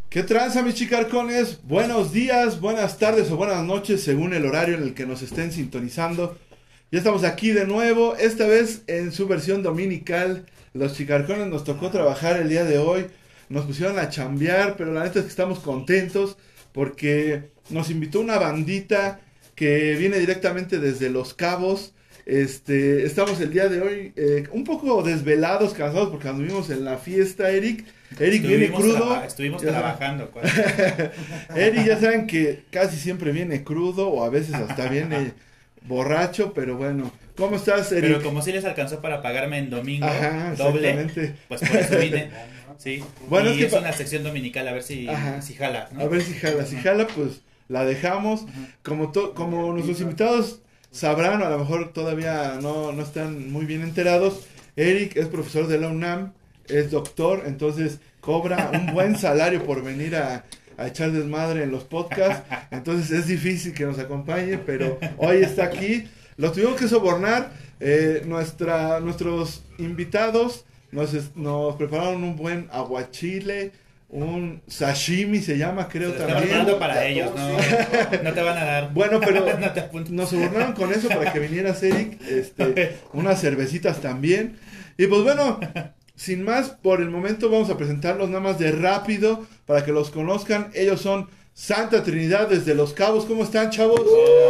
¿Qué tranza, mis chicarcones? Buenos días, buenas tardes o buenas noches según el horario en el que nos estén sintonizando. Ya estamos aquí de nuevo, esta vez en su versión dominical. Los chicarcones nos tocó trabajar el día de hoy, nos pusieron a chambear, pero la neta es que estamos contentos porque nos invitó una bandita que viene directamente desde Los Cabos. Estamos el día de hoy un poco desvelados, cansados porque anduvimos en la fiesta, Eric. Eric viene crudo. Estuvimos trabajando. Eric ya saben que casi siempre viene crudo o a veces hasta viene borracho, pero bueno. ¿Cómo estás, Eric? Pero como si les alcanzó para pagarme en domingo, doble, pues por eso vine. Sí. Bueno, y es una sección dominical, a ver si jala, ¿no? A ver si jala. Si jala, pues la dejamos. Como nuestros invitados sabrán, o a lo mejor todavía no están muy bien enterados, Eric es profesor de la UNAM, es doctor, entonces cobra un buen salario por venir a echar desmadre en los podcasts, entonces es difícil que nos acompañe, pero hoy está aquí. Lo tuvimos que sobornar. Nuestros invitados nos prepararon un buen aguachile, un sashimi se llama, creo también. Para ellos, no te van a dar. Bueno, pero no nos sobornaron con eso para que vinieras, Eric, unas cervecitas también. Y pues bueno, sin más, por el momento vamos a presentarlos nada más de rápido para que los conozcan. Ellos son Santa Trinidad desde Los Cabos. ¿Cómo están, chavos?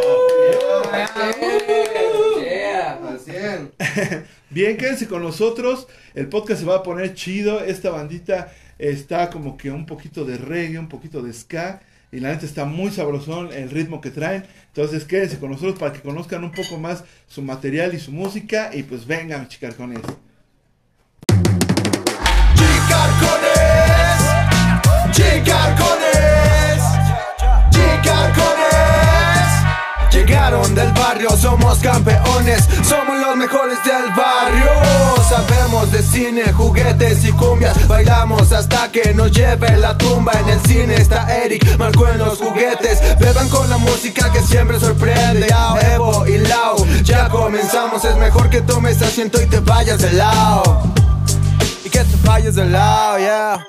Bien, quédense con nosotros. El podcast se va a poner chido. Esta bandita está como que un poquito de reggae, un poquito de ska. Y la neta está muy sabrosón el ritmo que traen. Entonces quédense con nosotros para que conozcan un poco más su material y su música. Y pues vengan, chicarcones. Llegaron del barrio, somos campeones, somos los mejores del barrio. Sabemos de cine, juguetes y cumbias, bailamos hasta que nos lleve la tumba. En el cine está Eric, Marco en los juguetes. Beban con la música que siempre sorprende. Evo y Lau, ya comenzamos. Es mejor que tomes asiento y te vayas de lado. Y que te vayas de lado, yeah.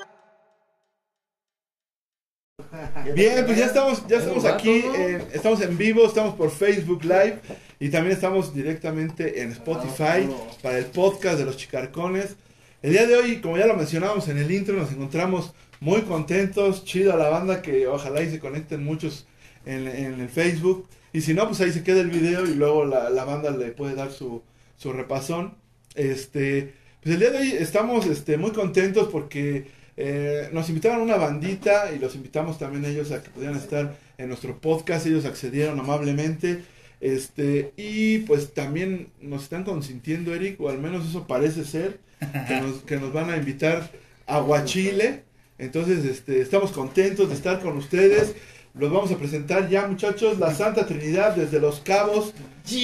Bien, pues ya estamos aquí, estamos en vivo, estamos por Facebook Live y también estamos directamente en Spotify para el podcast de los chicarcones. El día de hoy, como ya lo mencionábamos en el intro, nos encontramos muy contentos, chido a la banda, que ojalá y se conecten muchos en el Facebook, y si no, pues ahí se queda el video y luego la banda le puede dar su repasón. Pues el día de hoy estamos muy contentos porque nos invitaron una bandita y los invitamos también a ellos a que pudieran estar en nuestro podcast. Ellos accedieron amablemente, y pues también nos están consintiendo, Eric, o al menos eso parece ser, que nos van a invitar a aguachile. Entonces estamos contentos de estar con ustedes. Los vamos a presentar ya, muchachos, la Santa Trinidad desde Los Cabos.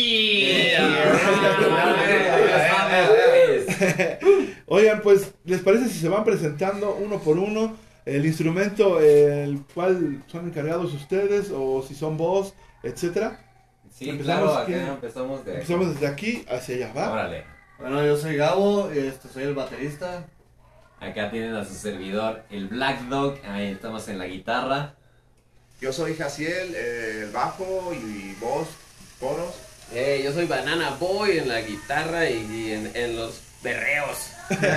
Oigan, pues, ¿les parece si se van presentando uno por uno? El instrumento el cual son encargados ustedes, o si son vos, etcétera. Sí, empezamos desde aquí hacia allá, ¿va? Órale. Bueno, yo soy Gabo, soy el baterista. Acá tienen a su servidor, el Black Dog, ahí estamos en la guitarra. Yo soy Jaciel, el bajo y voz, coros. Yo soy Banana Boy en la guitarra y en los berreos.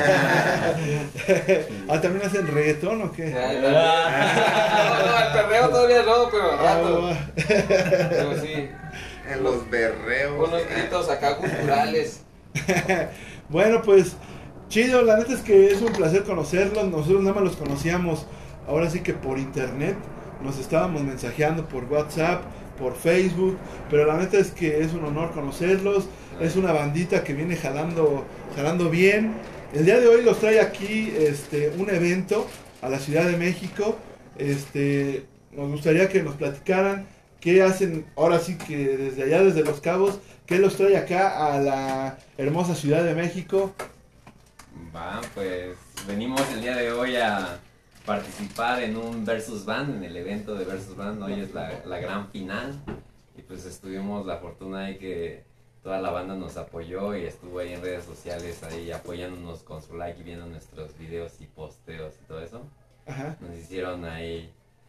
¿También hacen reggaetón o qué? No, el perreo todavía no, pero rato. Pero sí. En los berreos. Unos gritos acá culturales. Bueno, pues, chido, la neta es que es un placer conocerlos. Nosotros nada más los conocíamos, ahora sí que por internet. Nos estábamos mensajeando por WhatsApp, por Facebook, pero la neta es que es un honor conocerlos. Es una bandita que viene jalando bien. El día de hoy los trae aquí un evento a la Ciudad de México. Nos gustaría que nos platicaran qué hacen ahora sí que desde allá, desde Los Cabos, qué los trae acá a la hermosa Ciudad de México. Pues venimos el día de hoy a participar en un Versus Band, en el evento de Versus Band. Hoy es la gran final y pues tuvimos la fortuna de que toda la banda nos apoyó y estuvo ahí en redes sociales ahí apoyándonos con su like y viendo nuestros videos y posteos y todo eso. Ajá. Nos hicieron ahí,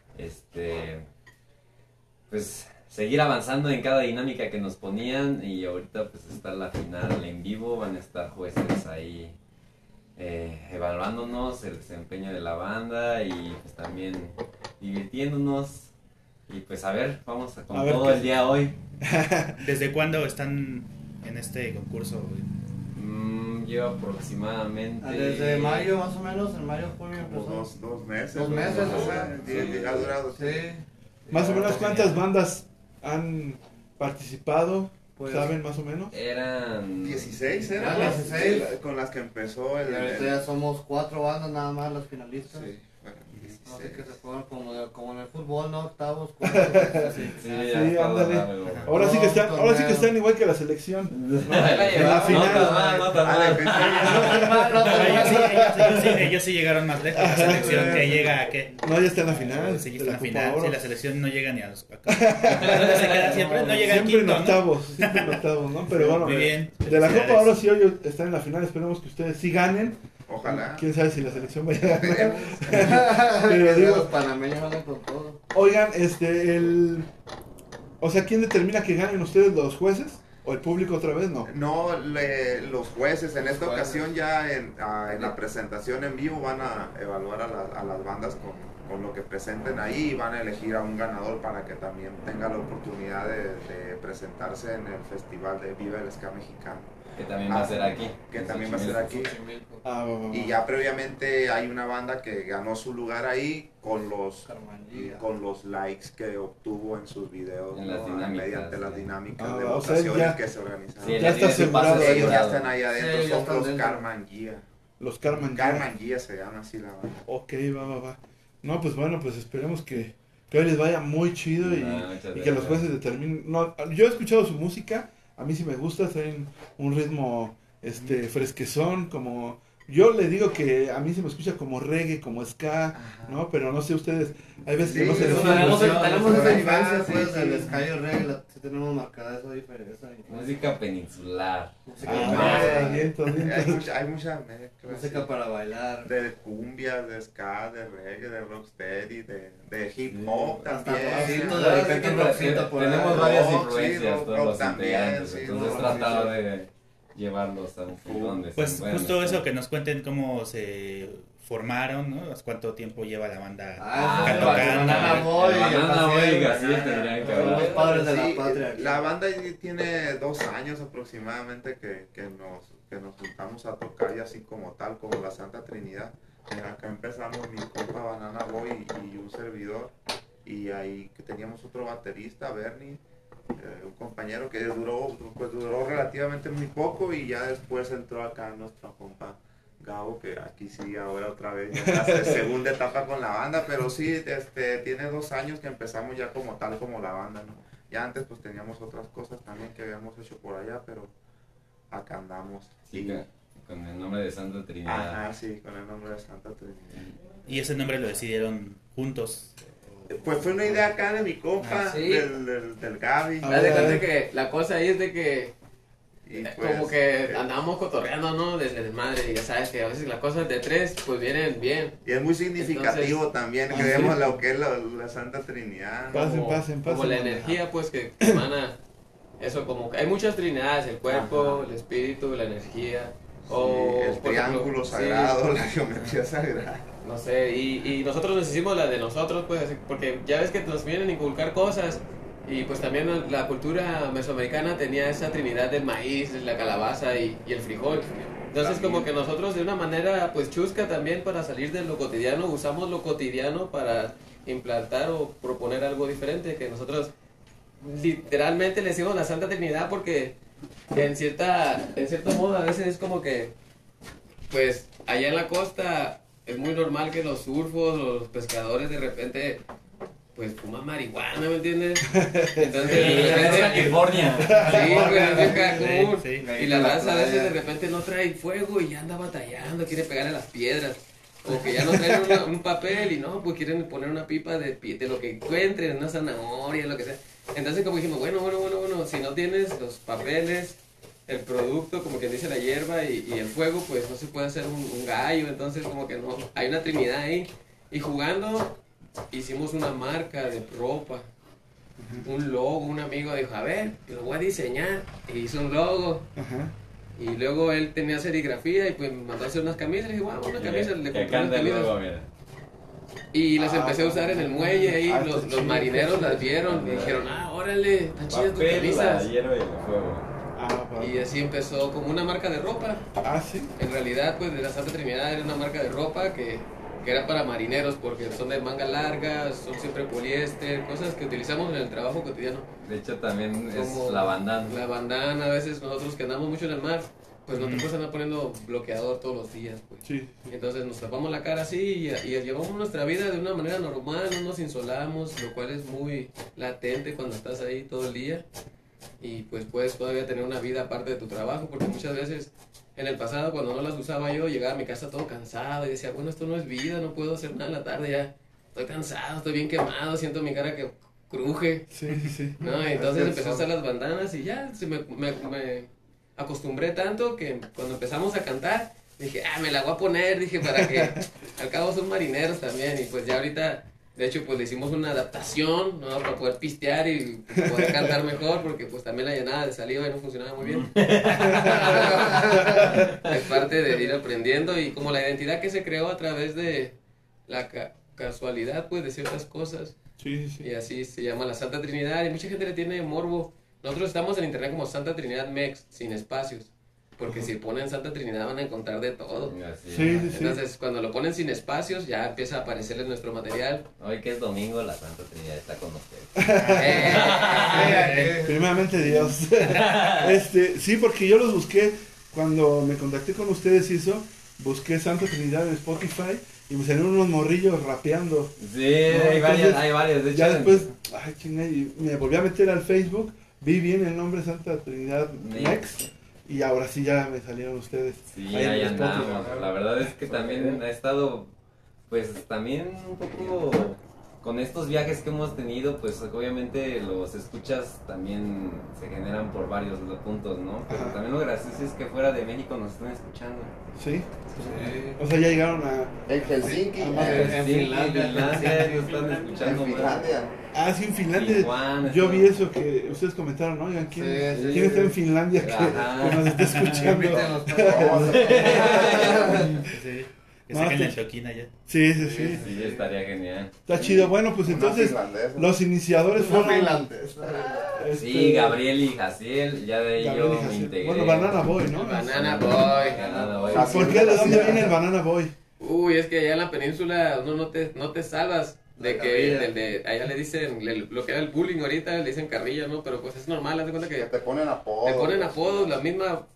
pues seguir avanzando en cada dinámica que nos ponían, y ahorita pues está la final en vivo, van a estar jueces ahí evaluándonos el desempeño de la banda y pues también divirtiéndonos. Y pues a ver, vamos con todo el día hoy. ¿Desde cuándo están en este concurso? Lleva aproximadamente... Desde mayo más o menos, en mayo, junio empezó. Dos meses. 2 meses, Sí, ha durado. Sí. Más o menos, ¿cuántas bandas han participado? Pues, ¿Saben más o menos? Eran 16 Ah, eran 16. con las que empezó Y ahorita ya somos 4 bandas nada más las finalistas. Sí, bueno, Así 16. que se fueron como en el fútbol, ¿no? Octavos, cuartos. Sí, Sí, ya ándale. algo. Ahora sí que están igual que la selección. Ahí la En la llevamos, final. no tan mal, no tan mal. Ellos sí llegaron más lejos. La selección que llega a qué. No, ya está en la final. Sí, de está en la Copa final. Oro. Sí, la selección no llega ni a los. ¿Dónde se queda siempre? No llega al Siempre en quinto, ¿no? octavos, siempre en octavos, ¿no? Pero bueno, Muy bien. de la Copa Felicidades. Oro sí hoy están en la final, esperemos que ustedes sí ganen. Ojalá. Quién sabe si la selección vaya a ganar. Pero digo, Los panameños andan con todo. oigan, o sea, ¿quién determina que ganen ustedes, los jueces? ¿O el público otra vez? No. No, los jueces en esta ocasión ya en la presentación en vivo van a evaluar a las bandas con lo que presenten ahí y van a elegir a un ganador para que también tenga la oportunidad de presentarse en el festival de Viva el Ska Mexicano. Que también va a ser aquí. Que también va a ser aquí. Ah, Y ya previamente hay una banda que ganó su lugar ahí con los likes que obtuvo en sus videos, En las ¿no? dinámicas, mediante las sí. dinámicas Ah, de o sea, votaciones ya- que se organizaron. Sí, Ya está asegurado. Ellos ya están ahí adentro, Sí, ya son están los dentro. Carman Guía. los Carman. Carman Guía se llama así la banda. Ok, va. No, pues bueno, pues esperemos que hoy les vaya muy chido y Muchas que los gracias. jueces determinen. No, yo he escuchado su música, a mí sí me gusta, traen un ritmo fresquezón, como yo le digo que a mí se me escucha como reggae, como ska, ¿no? Pero no sé ustedes, hay veces que Sí, no se eso define. Tenemos esa Sí, diferencia, pues, sí. del Sky o Reggae, sí tenemos marcada esa diferencia. Música peninsular. Música, Vientos. Hay mucha mezcla. música sí. para bailar. De cumbia, de ska, de reggae, de rocksteady, de hip hop Hasta también. rockcito, Sí, de repente un rockcito por ahí. Tenemos varias Rock, influencias, sí, todos rock los también, integrantes, sí, entonces rock, tratado sí, sí. de llevarlos a un punto donde se Pues puedan justo estar. eso, que nos cuenten cómo se formaron, ¿no? ¿Cuánto tiempo lleva la banda Ah, acá sí, tocando? Banana Boy, Banana Boy, Gaciel, Gaciel tendrían que Son los hablar. padres de Sí, la patria. la banda ya tiene 2 años aproximadamente que nos juntamos a tocar y así como tal, como la Santa Trinidad. Acá empezamos mi compa Banana Boy y un servidor. Y ahí que teníamos otro baterista, Bernie, un compañero que duró relativamente muy poco y ya después entró acá nuestro compa Gabo, que aquí sí ahora otra vez ya en la segunda etapa con la banda, pero sí, tiene 2 años que empezamos ya como tal como la banda, ¿no? Ya antes pues teníamos otras cosas también que habíamos hecho por allá, pero acá andamos. Sí, con el nombre de Santa Trinidad. Ajá, sí, con el nombre de Santa Trinidad. Y ese nombre lo decidieron juntos. Pues fue una idea acá de mi compa, Ah, ¿sí? del Gaby. Ah, Haz de cuenta que la cosa ahí es de que Y pues, como que andábamos cotorreando, ¿no? Desde el madre, y ya sabes que a veces las cosas de 3 pues vienen bien. y es muy significativo Entonces, también que sí. vemos lo que es la Santa Trinidad. ¿no? Pasen. Como la energía pues que emana, eso como que hay muchas trinidades, el cuerpo, Ajá. el espíritu, la energía. Sí, O el por ejemplo, triángulo sí, sagrado, la geometría sagrada. no sé, y nosotros nos hicimos la de nosotros, pues, así, porque ya ves que nos vienen a inculcar cosas, y pues también la cultura mesoamericana tenía esa trinidad del maíz, la calabaza y el frijol. Entonces También. como que nosotros de una manera pues chusca también para salir de lo cotidiano, usamos lo cotidiano para implantar o proponer algo diferente, que nosotros literalmente le decimos la Santa Trinidad porque en cierto modo a veces es como que pues allá en la costa es muy normal que los surfos o los pescadores de repente pues fuman marihuana, ¿me entiendes? Entonces de repente, California. sí, pues es acá común. Sí. Y la raza a veces de repente no trae fuego y ya anda batallando, quiere pegarle a las piedras. O que ya no traen un papel y no, pues quieren poner una pipa de lo que encuentren, una zanahoria, lo que sea. Entonces como dijimos, bueno, si no tienes los papeles, el producto, como que dice la hierba y el fuego, pues no se puede hacer un gallo. Entonces como que no, hay una trinidad ahí. Y jugando, hicimos una marca de ropa, un logo. Un amigo dijo, a ver, lo voy a diseñar. Y hizo un logo. Ajá. Y luego él tenía serigrafía y pues me mandó a hacer unas camisas. Le dije, wow, una camisa. Le Que compré unas canta camisas. luego, mira. Y las empecé a usar en el muelle ahí. está Los chido. marineros las vieron y dijeron, órale, están chidas tus Papel, camisas. la hierba y el fuego. Y así empezó como una marca de ropa. Sí. En realidad, pues de la Santa Trinidad era una marca de ropa que era para marineros porque son de manga larga, son siempre poliéster, cosas que utilizamos en el trabajo cotidiano. De hecho, también Como es la bandana. La bandana, a veces nosotros que andamos mucho en el mar, pues no te puedes andar poniendo bloqueador todos los días, pues. Sí. Entonces nos tapamos la cara así y llevamos nuestra vida de una manera normal, no nos insolamos, lo cual es muy latente cuando estás ahí todo el día. Y pues puedes todavía tener una vida aparte de tu trabajo, porque muchas veces en el pasado cuando no las usaba yo, llegaba a mi casa todo cansado y decía, bueno, esto no es vida, no puedo hacer nada en la tarde ya, estoy cansado, estoy bien quemado, siento mi cara que cruje, Sí. ¿no? Entonces empecé a usar las bandanas y ya me acostumbré tanto que cuando empezamos a cantar, dije, me la voy a poner, dije, para que al cabo son marineros también, y pues ya ahorita... De hecho, pues le hicimos una adaptación, ¿no? Para poder pistear y poder cantar mejor, porque pues también la llenada de saliva no funcionaba muy bien. Es parte de ir aprendiendo y como la identidad que se creó a través de la casualidad, pues, de ciertas cosas. Sí. Y así se llama la Santa Trinidad y mucha gente le tiene morbo. Nosotros estamos en internet como Santa Trinidad Mex, sin espacios. Porque si ponen Santa Trinidad van a encontrar de todo. Sí. Entonces, cuando lo ponen sin espacios, ya empieza a aparecerles nuestro material. Hoy que es domingo, la Santa Trinidad está con ustedes. Primeramente Dios. Sí, porque yo los busqué cuando me contacté con ustedes y eso, busqué Santa Trinidad en Spotify y me salieron unos morrillos rapeando. Sí, hay varios. De hecho, Ya después, chinga, y me volví a meter al Facebook, vi bien el nombre Santa Trinidad Next y ahora sí ya me salieron ustedes. Sí, ahí en ahí Spotify. andamos. La verdad es que también ha estado, pues también un poco con estos viajes que hemos tenido, pues obviamente los escuchas también se generan por varios puntos, ¿no? Pero también lo gracioso es que fuera de México nos están escuchando. ¿Sí? O sea, ya llegaron a... En Helsinki, En Finlandia nos están escuchando. en Finlandia. Sí, en Finlandia. Tijuana, Yo está- vi eso que ustedes comentaron, ¿no? Oigan, ¿quién está en Finlandia que nos está escuchando? Invítenos, por favor. Sí. Que No, saquen la sí. choquina ya. Sí. Sí, estaría genial. Está chido. Bueno, pues entonces finlandesa. los iniciadores No fueron... finlandés. Sí, Gabriel y Jaciel, ya de ahí Gabriel y yo me Jaciel. integré. Bueno, Banana Boy, ¿no? Banana Boy. Banana Boy. ¿Por qué? ¿De dónde viene el Banana Boy? Uy, es que allá en la península uno no te salvas de que allá le dicen lo que era el bullying ahorita, le dicen carrilla, ¿no? Pero pues es normal, haz de cuenta Que que te ponen apodos. te ponen apodos, la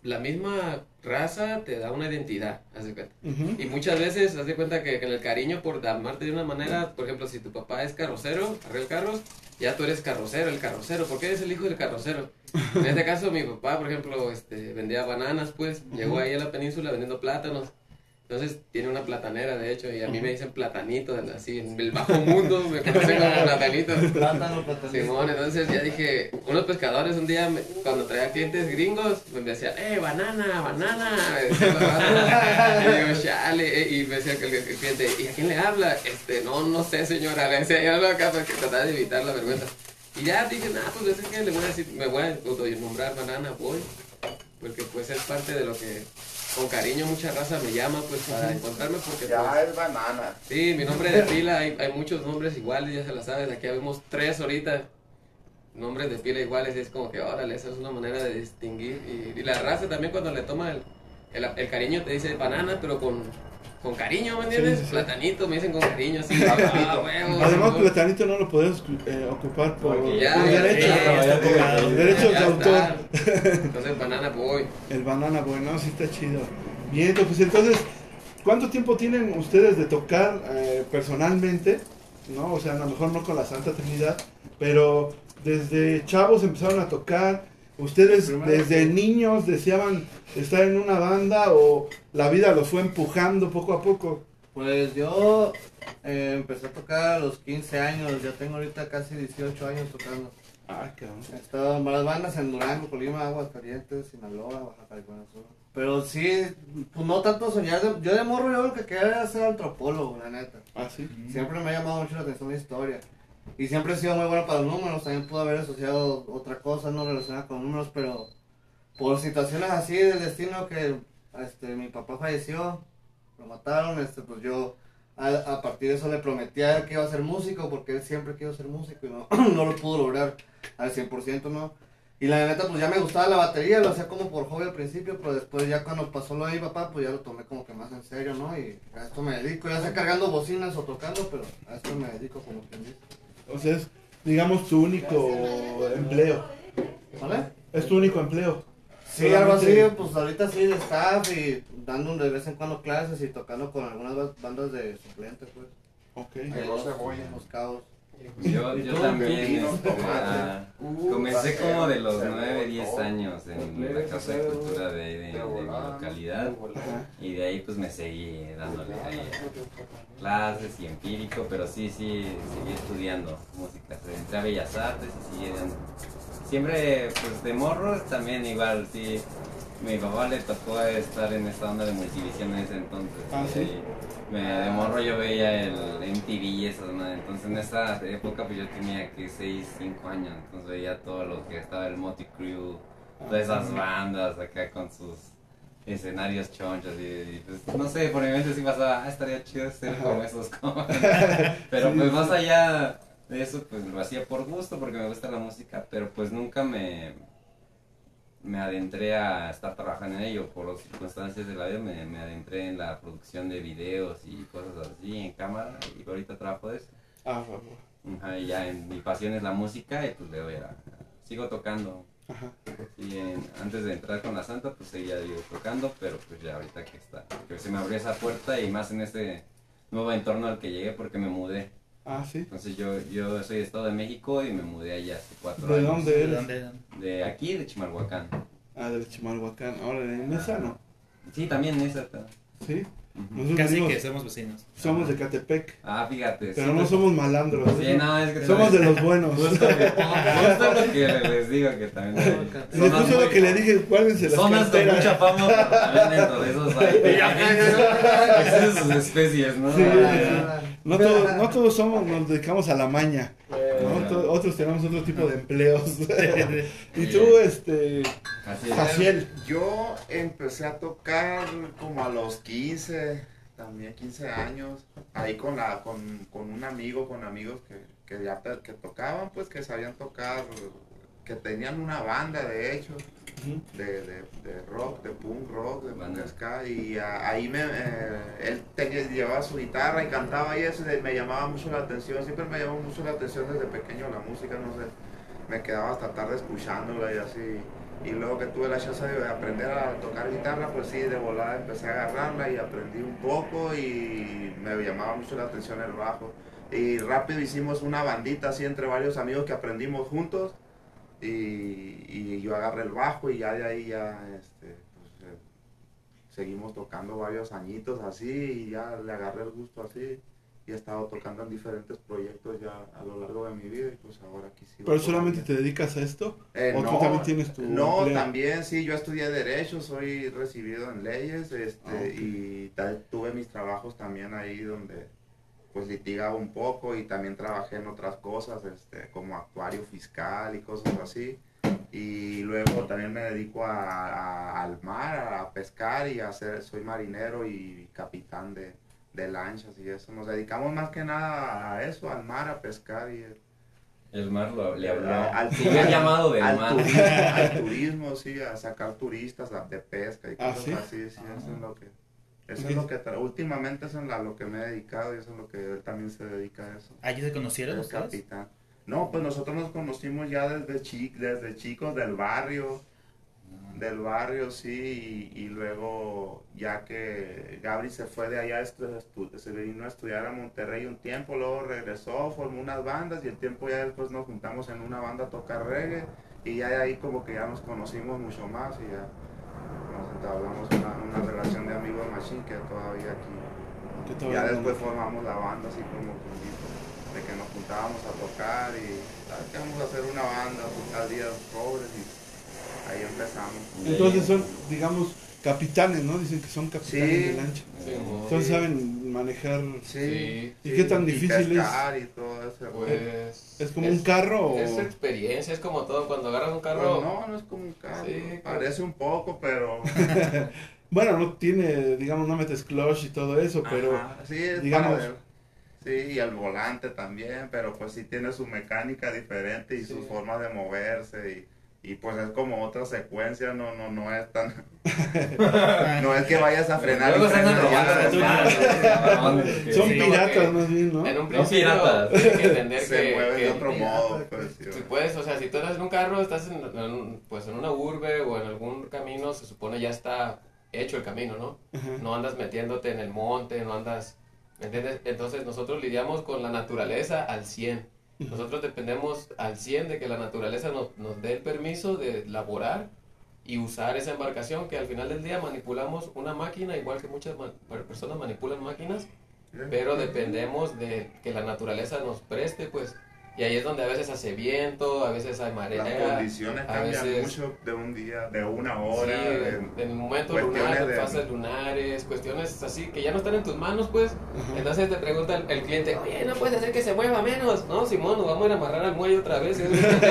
misma raza te da una identidad, haz de cuenta. Ujú. Y muchas veces haz de cuenta que en el cariño por amarte de una manera, por ejemplo, si tu papá es carrocero, arregla carros, ya tú eres carrocero, el carrocero, ¿por qué eres el hijo del carrocero? En este caso mi papá, por ejemplo, vendía bananas, pues, llegó ahí a la península vendiendo plátanos. Entonces tiene una platanera, de hecho, y a mí me dicen platanito, así, en el bajo mundo me conocen como platanito. Plátano. Simón, entonces ya dije, unos pescadores un día, cuando traía clientes gringos, me decían, banana, me decía la banda. Y digo, chale, y me decía el cliente, ¿y a quién le habla? No sé, señora, le decía, yo hablo acá para que tratara de evitar la vergüenza. Y ya dije, pues es que le voy a decir, me voy a autonombrar Banana Boy, porque pues es parte de lo que... Con cariño mucha raza me llama pues para encontrarme porque Ya pues, es banana. sí, mi nombre de pila, hay muchos nombres iguales, ya se la sabes, aquí vemos 3 ahorita, nombres de pila iguales y es como que órale, esa es una manera de distinguir y la raza también cuando le toma el cariño te dice banana pero con cariño, ¿me entiendes? Sí, sí. Platanito, me dicen con cariño así, Platanito. huevo, Además, Simón. platanito no lo podemos ocupar por Porque ya, por ya, derechos. ya está ocupado. Derechos Ya de autor. está. Entonces Banana Boy. El Banana Boy, no, sí está chido. Bien, pues entonces, ¿cuánto tiempo tienen ustedes de tocar personalmente? ¿No? O sea, a lo mejor no con la Santa Trinidad, pero desde chavos empezaron a tocar. ¿Ustedes desde niños deseaban estar en una banda o la vida los fue empujando poco a poco? Pues yo empecé a tocar a los 15 años, ya tengo ahorita casi 18 años tocando. Ah, cabrón. He estado en varias bandas en Durango, Colima, Aguascalientes, Sinaloa, Baja California Sur. Pero sí, pues no tanto soñar. Yo de morro yo lo que quería era ser antropólogo, la neta. Ah, sí. Siempre me ha llamado mucho la atención la historia. Y siempre he sido muy bueno para los números. También pude haber asociado otra cosa no relacionada con números, pero por situaciones así del destino que mi papá falleció, lo mataron, pues yo a partir de eso le prometí a él que iba a ser músico, porque él siempre quiso ser músico y no, no lo pudo lograr al 100%, ¿no? Y la neta, pues ya me gustaba la batería, lo hacía como por hobby al principio, pero después ya cuando pasó lo de mi papá, pues ya lo tomé como que más en serio, ¿no? Y a esto me dedico, ya sea cargando bocinas o tocando, pero a esto me dedico como quien dice. O sea, es, digamos, tu único empleo. ¿Vale? Es tu único empleo. Sí, algo así, pues ahorita sí de staff y dando de vez en cuando clases y tocando con algunas bandas de suplentes, pues. Ok. Llegó Cebolla. Los cabos. Yo también Pepino, tomate. comencé como de los 9, 10 años en la Casa de Cultura de mi localidad y de ahí pues me seguí dándole ahí clases y empírico, pero sí, seguí estudiando música, entré a Bellas Artes y seguí dando. Siempre pues de morro también igual, sí, mi papá le tocó estar en esta onda de Multivisión en ese entonces. Ah, ¿sí? De morro yo veía el MTV y eso, ¿no? Entonces en esa época pues yo tenía que 6, 5 años, entonces veía todo lo que estaba el Motley Crue, todas esas bandas acá con sus escenarios chonchos y pues no sé, por mi mente sí pasaba, estaría chido ser como esos pero pues más allá de eso pues lo hacía por gusto porque me gusta la música, pero pues nunca me adentré a estar trabajando en ello por las circunstancias de la vida, me adentré en la producción de videos y cosas así en cámara y ahorita trabajo de eso. Ah, bueno. Ajá, y ya mi pasión es la música y pues le doy sigo tocando. Ajá. Sí, antes de entrar con la Santa pues seguía tocando, pero pues ya ahorita que se me abrió esa puerta y más en este nuevo entorno al que llegué porque me mudé. Ah, sí. Entonces yo soy de Estado de México y me mudé allá hace 4 ¿De años. dónde eres? De aquí, de Chimalhuacán. Ah, del Chimalhuacán. Ahora, ¿en esa no? Sí, también esa. ¿Sí? Ujú. Nosotros Casi venimos- que somos vecinos. somos de Catepec, Ah, fíjate. pero sí, no pues, somos malandros. Sí, no, es que Somos de los buenos. Justo lo que les digo que también. Y después de lo que le dije, guárdense las Zonas con carteras. mucha fama, pero también dentro de esos hay. Existen sus especies, ¿no? Sí, no todos somos, nos dedicamos a la maña. ¿no? Otros tenemos otro tipo de empleos. Y tú, Así es. Jaciel. Yo empecé a tocar como a los 15, también 15 años, ahí con un amigo, con amigos que tocaban, pues que sabían tocar, que tenían una banda de hecho, de rock, de punk rock, de Banda. ska, y ahí él llevaba su guitarra y cantaba y eso, y me llamaba mucho la atención, siempre me llamó mucho la atención desde pequeño la música, no sé, me quedaba hasta tarde escuchándola y así. Y luego que tuve la chance de aprender a tocar guitarra, pues sí, de volada empecé a agarrarla y aprendí un poco y me llamaba mucho la atención el bajo. Y rápido hicimos una bandita así entre varios amigos que aprendimos juntos y yo agarré el bajo y ya de ahí ya seguimos tocando varios añitos así y ya le agarré el gusto así. Y he estado tocando en diferentes proyectos ya a lo largo de mi vida y pues ahora aquí sigo. ¿Pero solamente te dedicas a esto? ¿O tú No, también tienes tu no, empleo? también sí, yo estudié Derecho, soy recibido en leyes Ok. y tuve mis trabajos también ahí donde pues litigaba un poco y también trabajé en otras cosas como actuario fiscal y cosas así. Y luego también me dedico al mar, a pescar y soy marinero y capitán de lanchas y eso. Nos dedicamos más que nada a eso, al mar, a pescar y El mar le habló. al Siguió llamado del mar. al turismo, sí, a sacar turistas de pesca y ¿Ah, cosas sí? así, sí, eso es lo que últimamente eso es lo que me he dedicado y eso es lo que él también se dedica a eso. ¿Allí se conocieron El ustedes? capitán. No, pues nosotros nos conocimos ya desde chicos del barrio, sí, y luego ya que Gabri se fue de allá, se vino a estudiar a Monterrey un tiempo, luego regresó, formó unas bandas y el tiempo ya después nos juntamos en una banda a tocar reggae y ya de ahí como que ya nos conocimos mucho más y ya nos entablamos una relación de amigos machine que todavía aquí. Que todavía Ya no- después formamos la banda así como de que nos juntábamos a tocar y ¿sabes qué? Vamos a hacer una banda, juntar días pobres y ahí empezamos. Entonces son, digamos, capitanes, ¿no? Dicen que son capitanes Sí. de lancha. Sí, Entonces saben manejar. Sí. ¿Y qué tan difícil es? pescar y todo eso. Pues... ¿Es como un carro o...? Es experiencia, es como todo. Cuando agarras un carro... Pues no es como un carro. Sí, Parece un poco, pero... Bueno, no tiene, digamos, no metes clutch y todo eso, pero Ajá, sí, es digamos... sí, y el volante también, pero pues sí tiene su mecánica diferente y sus formas de moverse y pues es como otra secuencia, no es tan... no es que vayas a frenar y Luego se andan frenes robando ya, los manos. Son Sí, piratas porque más bien, ¿no? En un No principio piratas. hay que entender se mueven de otro pirata, modo, pues, sí, si puedes, o sea, si tú estás en un carro, estás pues en una urbe o en algún camino, se supone ya está hecho el camino, ¿no? Ajá. No andas metiéndote en el monte, no andas, ¿me entiendes? Entonces nosotros lidiamos con la naturaleza al 100. Nosotros dependemos al 100 de que la naturaleza nos dé el permiso de laborar y usar esa embarcación que al final del día manipulamos una máquina, igual que muchas personas manipulan máquinas, pero dependemos de que la naturaleza nos preste, pues, y ahí es donde a veces hace viento, a veces hay marea. las condiciones a cambian veces- mucho de un día, de una hora, Sí, de- en el momento cuestiones lunar, de- fases lunares, cuestiones así que ya no están en tus manos, pues. Entonces te pregunta el cliente, oye, no puedes hacer que se mueva menos. No, Simón, nos vamos a ir a amarrar al muelle otra vez.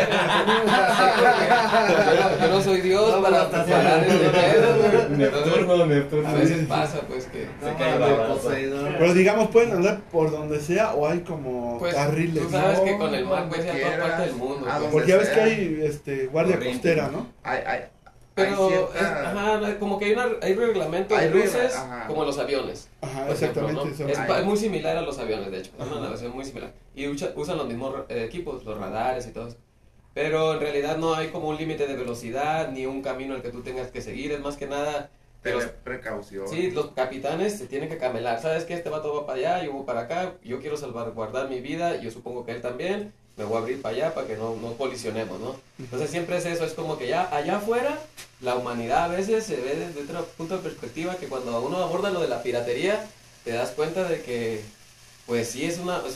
Yo no soy Dios No, para pero parar este pedo, güey. Neptuno, A Neptuno. veces pasa, pues, que... Se cae la raza. Pero digamos, pueden andar por donde sea o hay como Pues, carriles, tú sabes ¿no? que con el mar puedes ir a toda quieras, parte del mundo. a pues. donde Porque ya ves sea. que hay guardia Corriente. costera, ¿no? hay Pero, cierta- ajá, como que hay reglamento Hay de luces, ajá. como los aviones. Ajá, Por ejemplo, exactamente. ¿no? eso. Hay- Es muy similar a los aviones, de hecho. Es una navegación muy similar. Y usan los mismos equipos, los radares y todo eso. Pero en realidad no hay como un límite de velocidad ni un camino al que tú tengas que seguir. Es más que nada que tener los, precaución. sí, los capitanes se tienen que camelar. ¿Sabes qué? Este vato va para allá, yo voy para acá. Yo quiero salvaguardar mi vida. Yo supongo que él también. Me voy a abrir para allá para que no colisionemos, ¿no? Entonces siempre es eso. Es como que ya allá afuera la humanidad a veces se ve desde otro punto de perspectiva, que cuando uno aborda lo de la piratería te das cuenta de que pues sí es una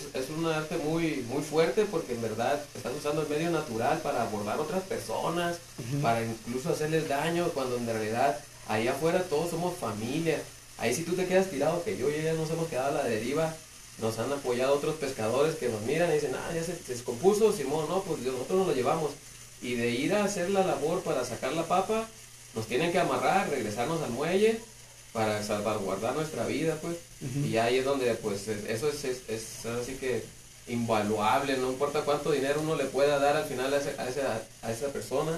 arte muy muy fuerte, porque en verdad estás usando el medio natural para abordar otras personas, para incluso hacerles daño, cuando en realidad ahí afuera todos somos familia. Ahí si tú te quedas tirado, que yo y ella nos hemos quedado a la deriva, nos han apoyado otros pescadores que nos miran y dicen, ya se descompuso, Simón, no, pues nosotros nos lo llevamos. Y de ir a hacer la labor para sacar la papa, nos tienen que amarrar, regresarnos al muelle para salvaguardar nuestra vida, pues. Y ahí es donde, pues, eso es así que invaluable, no importa cuánto dinero uno le pueda dar al final a esa persona,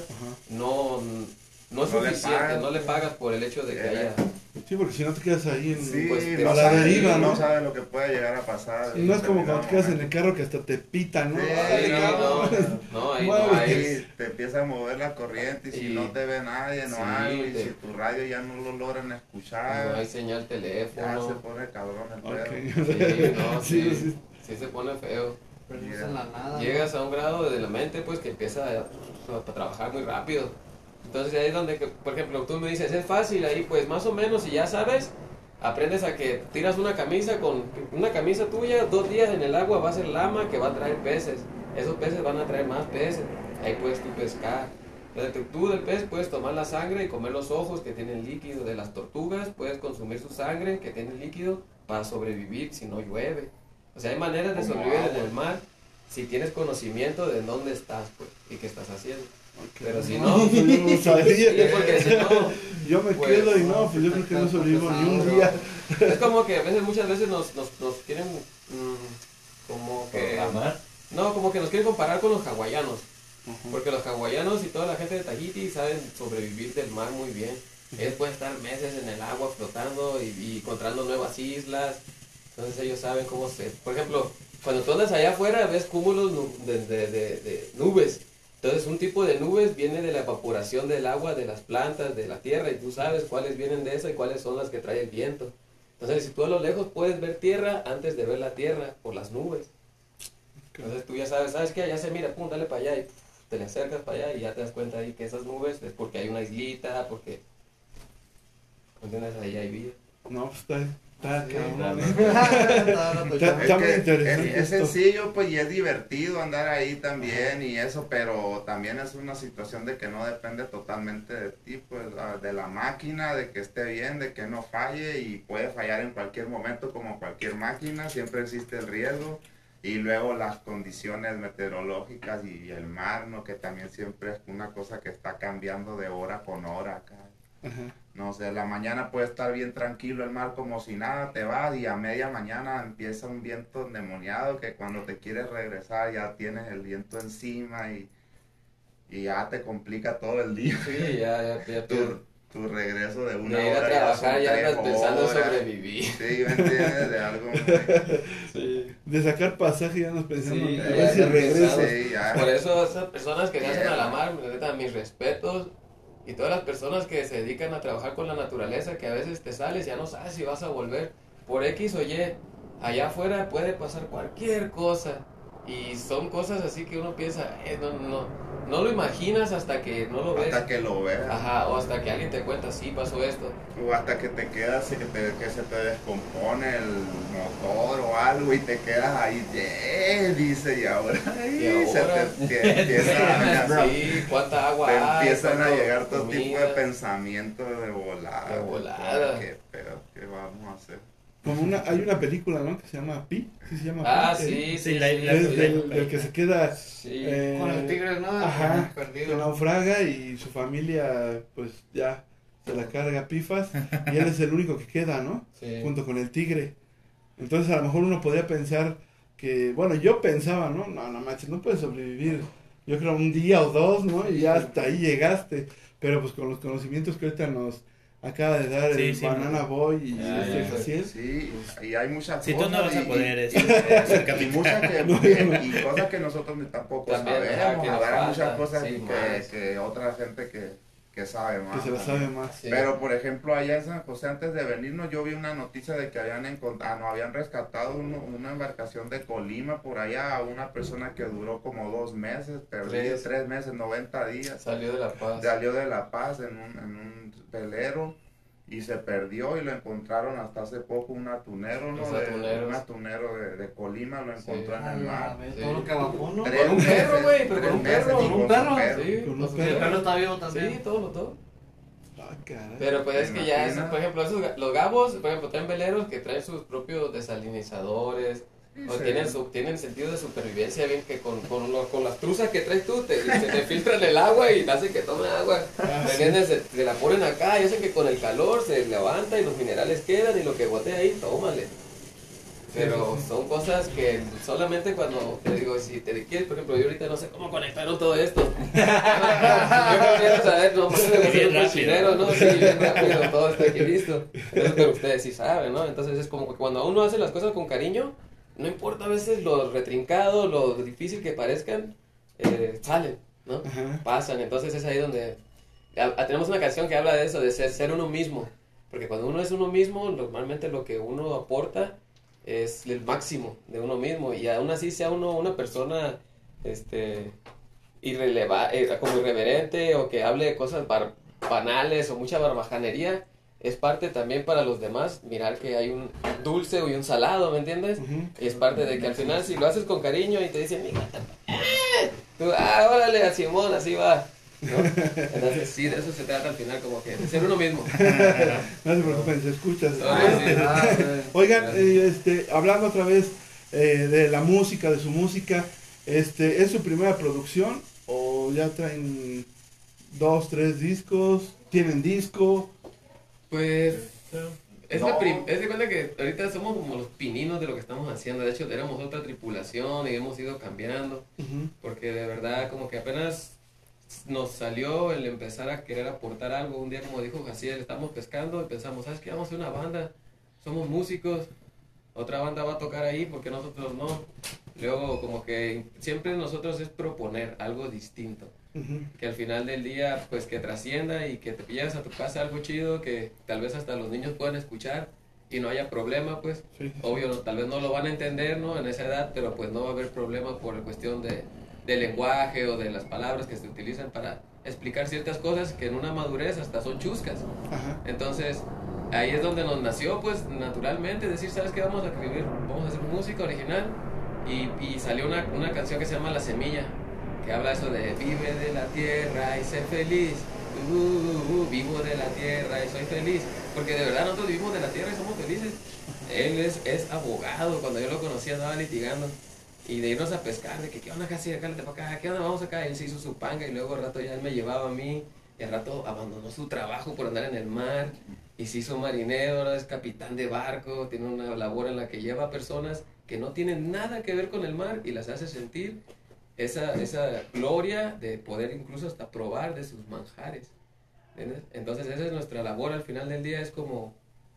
no es No le suficiente, pagas, no le pagas por el hecho de que haya... Sí, porque si no te quedas ahí en... Sí, pues, no a la sabe- deriva, ¿no? No sabe lo que puede llegar a pasar. No es como cuando te quedas en el momento. carro que hasta te pitan, ¿no? Sí, Ay, Sí, cabrón. no, ahí no, Muévete. ahí Ahí te empieza a mover la corriente y si Y- no te ve nadie, no sí, hay, y te- si tu radio ya no lo logran escuchar, no hay señal ya teléfono. se pone cabrón el Ok. pedo. Sí, no, Sí, sí, sí. sí se pone feo. Perdimos en la nada. Llegas a un grado de la mente, pues, que empieza a trabajar muy rápido. Entonces ahí es donde, por ejemplo, tú me dices, es fácil ahí, pues más o menos, si ya sabes, aprendes a que tiras una camisa tuya, 2 días en el agua va a ser lama que va a traer peces. Esos peces van a traer más peces. Ahí puedes tú pescar. Entonces, tú del pez puedes tomar la sangre y comer los ojos que tienen líquido. De las tortugas puedes consumir su sangre que tiene líquido para sobrevivir si no llueve. O sea, hay maneras de Como sobrevivir en agua. el mar si tienes conocimiento de dónde estás, pues, y qué estás haciendo. Ok. Pero si No, no, pues yo no sabía. sí, porque si no, Yo me pues, quedo y no, pues yo creo que no sobrevivo ni un día. es como que muchas veces nos quieren como que Programar. no, como que nos quieren comparar con los hawaianos, porque los hawaianos y toda la gente de Tahiti saben sobrevivir del mar muy bien. Ellos pueden estar meses en el agua flotando y encontrando nuevas islas. Entonces ellos saben cómo por ejemplo, cuando tú andas allá afuera ves cúmulos de nubes. Entonces un tipo de nubes viene de la evaporación del agua, de las plantas, de la tierra, y tú sabes cuáles vienen de esa y cuáles son las que trae el viento. Entonces si tú a lo lejos puedes ver tierra antes de ver la tierra por las nubes. Entonces tú ya sabes que allá se mira, pum, dale para allá y te le acercas para allá y ya te das cuenta ahí que esas nubes es porque hay una islita, porque, ¿entiendes? Ahí hay vida. No, pues está Está cabrón. Es muy que interesante es esto. sencillo, pues, y es divertido andar ahí también y eso, pero también es una situación de que no depende totalmente de ti, pues, de la máquina, de que esté bien, de que no falle y puede fallar en cualquier momento como cualquier máquina, siempre existe el riesgo. Y luego las condiciones meteorológicas y el mar, ¿no? Que también siempre es una cosa que está cambiando de hora con hora acá. Ajá. No sé, la mañana puede estar bien tranquilo el mar como si nada, te vas y a media mañana empieza un viento endemoniado que cuando te quieres regresar ya tienes el viento encima y ya te complica todo el día. Sí, ya. Tu regreso de una De ir a hora trabajar son ya andas 3 pensando horas. sobrevivir. Sí, ¿me entiendes? De algo muy... Sí. De sacar pasaje ya nos pensamos Sí, a ya ver si ya regreso. pensamos. Sí, ya. Por eso esas personas que se hacen Bien. a la mar, neta, mis respetos. Y todas las personas que se dedican a trabajar con la naturaleza, que a veces te sales y ya no sabes si vas a volver. Por X o Y, allá afuera puede pasar cualquier cosa. Y son cosas así que uno piensa, no lo imaginas hasta que no lo ves. Hasta que lo veas. Ajá, o hasta que alguien te cuenta, sí, pasó esto. O hasta que te quedas y que se te descompone el motor o algo y te quedas ahí, dice, y ahora, Y se ahora. te empieza Sí, cuánta agua te hay, empiezan a cuánto llegar todo tipo de comida. pensamientos de volada. De volada. ¿Qué pedo? ¿Qué vamos a hacer? Hay una película, ¿no? Que se llama Pi. ¿Sí se llama Ah, Pi? sí, Sí, sí, la- sí, la- Es sí. del que se queda Sí. Con el tigre, ¿no? Ajá, que Perdido. naufraga y su familia pues ya se la carga pifas y él es el único que queda, ¿no? Sí. Junto con el tigre. Entonces a lo mejor uno podría pensar que, bueno, yo pensaba, ¿no? No manches, no puedes sobrevivir, yo creo un día o dos, ¿no? Y ya hasta ahí llegaste. Pero pues con los conocimientos que ahorita nos acaba de dar Sí, el sí, Banana no. Boy y Ya, este ya. Jaciel. Sí, y hay muchas Si tú cosas. no vas a y- poder y- ser y capitán. muchas y cosas que nosotros tampoco También, ajá, sabemos. que nos Habrá falta, muchas cosas sí, más. que otra gente que sabe más. Que se la sabe más. Sí. Pero por ejemplo allá en San José antes de venirnos yo vi una noticia de que habían rescatado una embarcación de Colima por allá a una persona que duró como 2 meses, perdido 3 meses, 90 días. Salió de La Paz. Salió de La Paz en un velero y se perdió y lo encontraron hasta hace poco un atunero, ¿no? Los atuneros. Un atunero de Colima lo encontró en el Ay, mar. a ver, Sí. todo lo que bajó, ¿no? 3 Con un perro, meses, güey, pero 3 con un meses perro. y ¿Con un su perro? Sí, Con pues, un Y el perro. perro está vivo también. Sí, todo lo todo. Ah, caray. Pero pues es que ya, imaginas? por ejemplo, los gabos, por ejemplo, traen veleros que traen sus propios desalinizadores, o Sí. tienen sentido de supervivencia, bien que con las truzas que traes tú, se te filtran el agua y te hacen que tome agua. Ah, ¿Me entiendes? Se la ponen acá y hacen que con el calor se levanta y los minerales quedan y lo que bote ahí, tómale. Pero son cosas que solamente cuando te digo, si te quieres, por ejemplo, yo ahorita no sé cómo conectaron todo esto. Yo quiero saber, no, más de Bien ser un rápido. cochinero, ¿no? Sí, bien rápido, todo está aquí listo. Entonces, pero ustedes sí saben, ¿no? Entonces es como que cuando uno hace las cosas con cariño, no importa a veces lo retrincado, lo difícil que parezcan, salen, ¿no? Ajá. Pasan. Entonces es ahí donde tenemos una canción que habla de eso, de ser uno mismo. Porque cuando uno es uno mismo, normalmente lo que uno aporta es el máximo de uno mismo. Y aún así sea uno una persona como irreverente o que hable de cosas banales o mucha barbajanería, es parte también para los demás mirar que hay un dulce y un salado, ¿me entiendes? Ujú. Y es parte de que al final si lo haces con cariño y te dicen, mira, tú, órale, a Simón, así va, ¿no? Entonces sí, de eso se trata al final, como que de ser uno mismo. No se preocupen, se escucha. Sí. Ah, Oigan, hablando otra vez de la música, de su música, ¿es su primera producción o ya traen 2, 3 discos? ¿Tienen disco? Pues es No. es de cuenta que ahorita somos como los pininos de lo que estamos haciendo. De hecho, éramos otra tripulación y hemos ido cambiando. Ujú. Porque de verdad, como que apenas nos salió el empezar a querer aportar algo. Un día, como dijo Jaciel, estamos pescando y pensamos, ¿sabes qué? Vamos a hacer una banda. Somos músicos. Otra banda va a tocar ahí, porque nosotros no. Luego, como que siempre nosotros es proponer algo distinto. Ujú. Que al final del día, pues que trascienda y que te pillas a tu casa algo chido que tal vez hasta los niños puedan escuchar y no haya problema, pues. Sí, sí. Obvio, tal vez no lo van a entender, ¿no? En esa edad, pero pues no va a haber problema por la cuestión del lenguaje o de las palabras que se utilizan para explicar ciertas cosas que en una madurez hasta son chuscas. Ajá. Entonces, ahí es donde nos nació, pues, naturalmente, decir, ¿sabes qué? Vamos a escribir, vamos a hacer música original. Y salió una canción que se llama La Semilla, que habla eso de vive de la tierra y sé feliz. Vivo de la tierra y soy feliz. Porque de verdad nosotros vivimos de la tierra y somos felices. Él es abogado, cuando yo lo conocía andaba litigando. Y de irnos a pescar, de que qué onda, casi acá, para acá, qué onda, vamos acá. Él se hizo su panga y luego al rato ya él me llevaba a mí. Y al rato abandonó su trabajo por andar en el mar. Y se hizo marinero, ahora es capitán de barco. Tiene una labor en la que lleva a personas que no tienen nada que ver con el mar y las hace sentir esa gloria de poder incluso hasta probar de sus manjares. ¿Entiendes? Entonces esa es nuestra labor al final del día, es como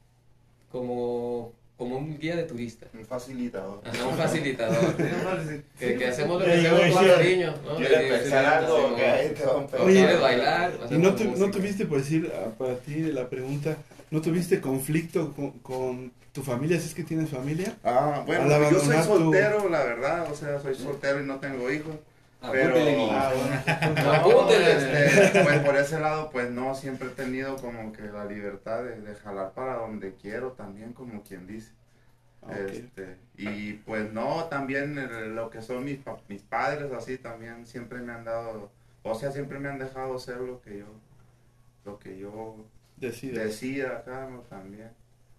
un guía de turista. Un facilitador. Ajá, un facilitador. que hacemos lo que Oye, hacemos oye, con sí. cariño, ¿no? ¿Quieres pensar algo? Que ahí te van a Oye, ¿Quieres bailar? ¿Y Hacemos no música. tuviste, por decir, para ti la pregunta, no tuviste conflicto con tu familia, si es que tienes familia? Ah, bueno, Al yo soy abandonar tu- soltero, la verdad, o sea, soy soltero y no tengo hijos. Pero, Apúntele, niño. no, Apúntele. pues por ese lado, pues no, siempre he tenido como que la libertad de jalar para donde quiero también, como quien dice. Ah, ok. Y pues no, también lo que son mis padres así también siempre me han dado, o sea, siempre me han dejado ser lo que yo Decides. decida acá, ¿no? También.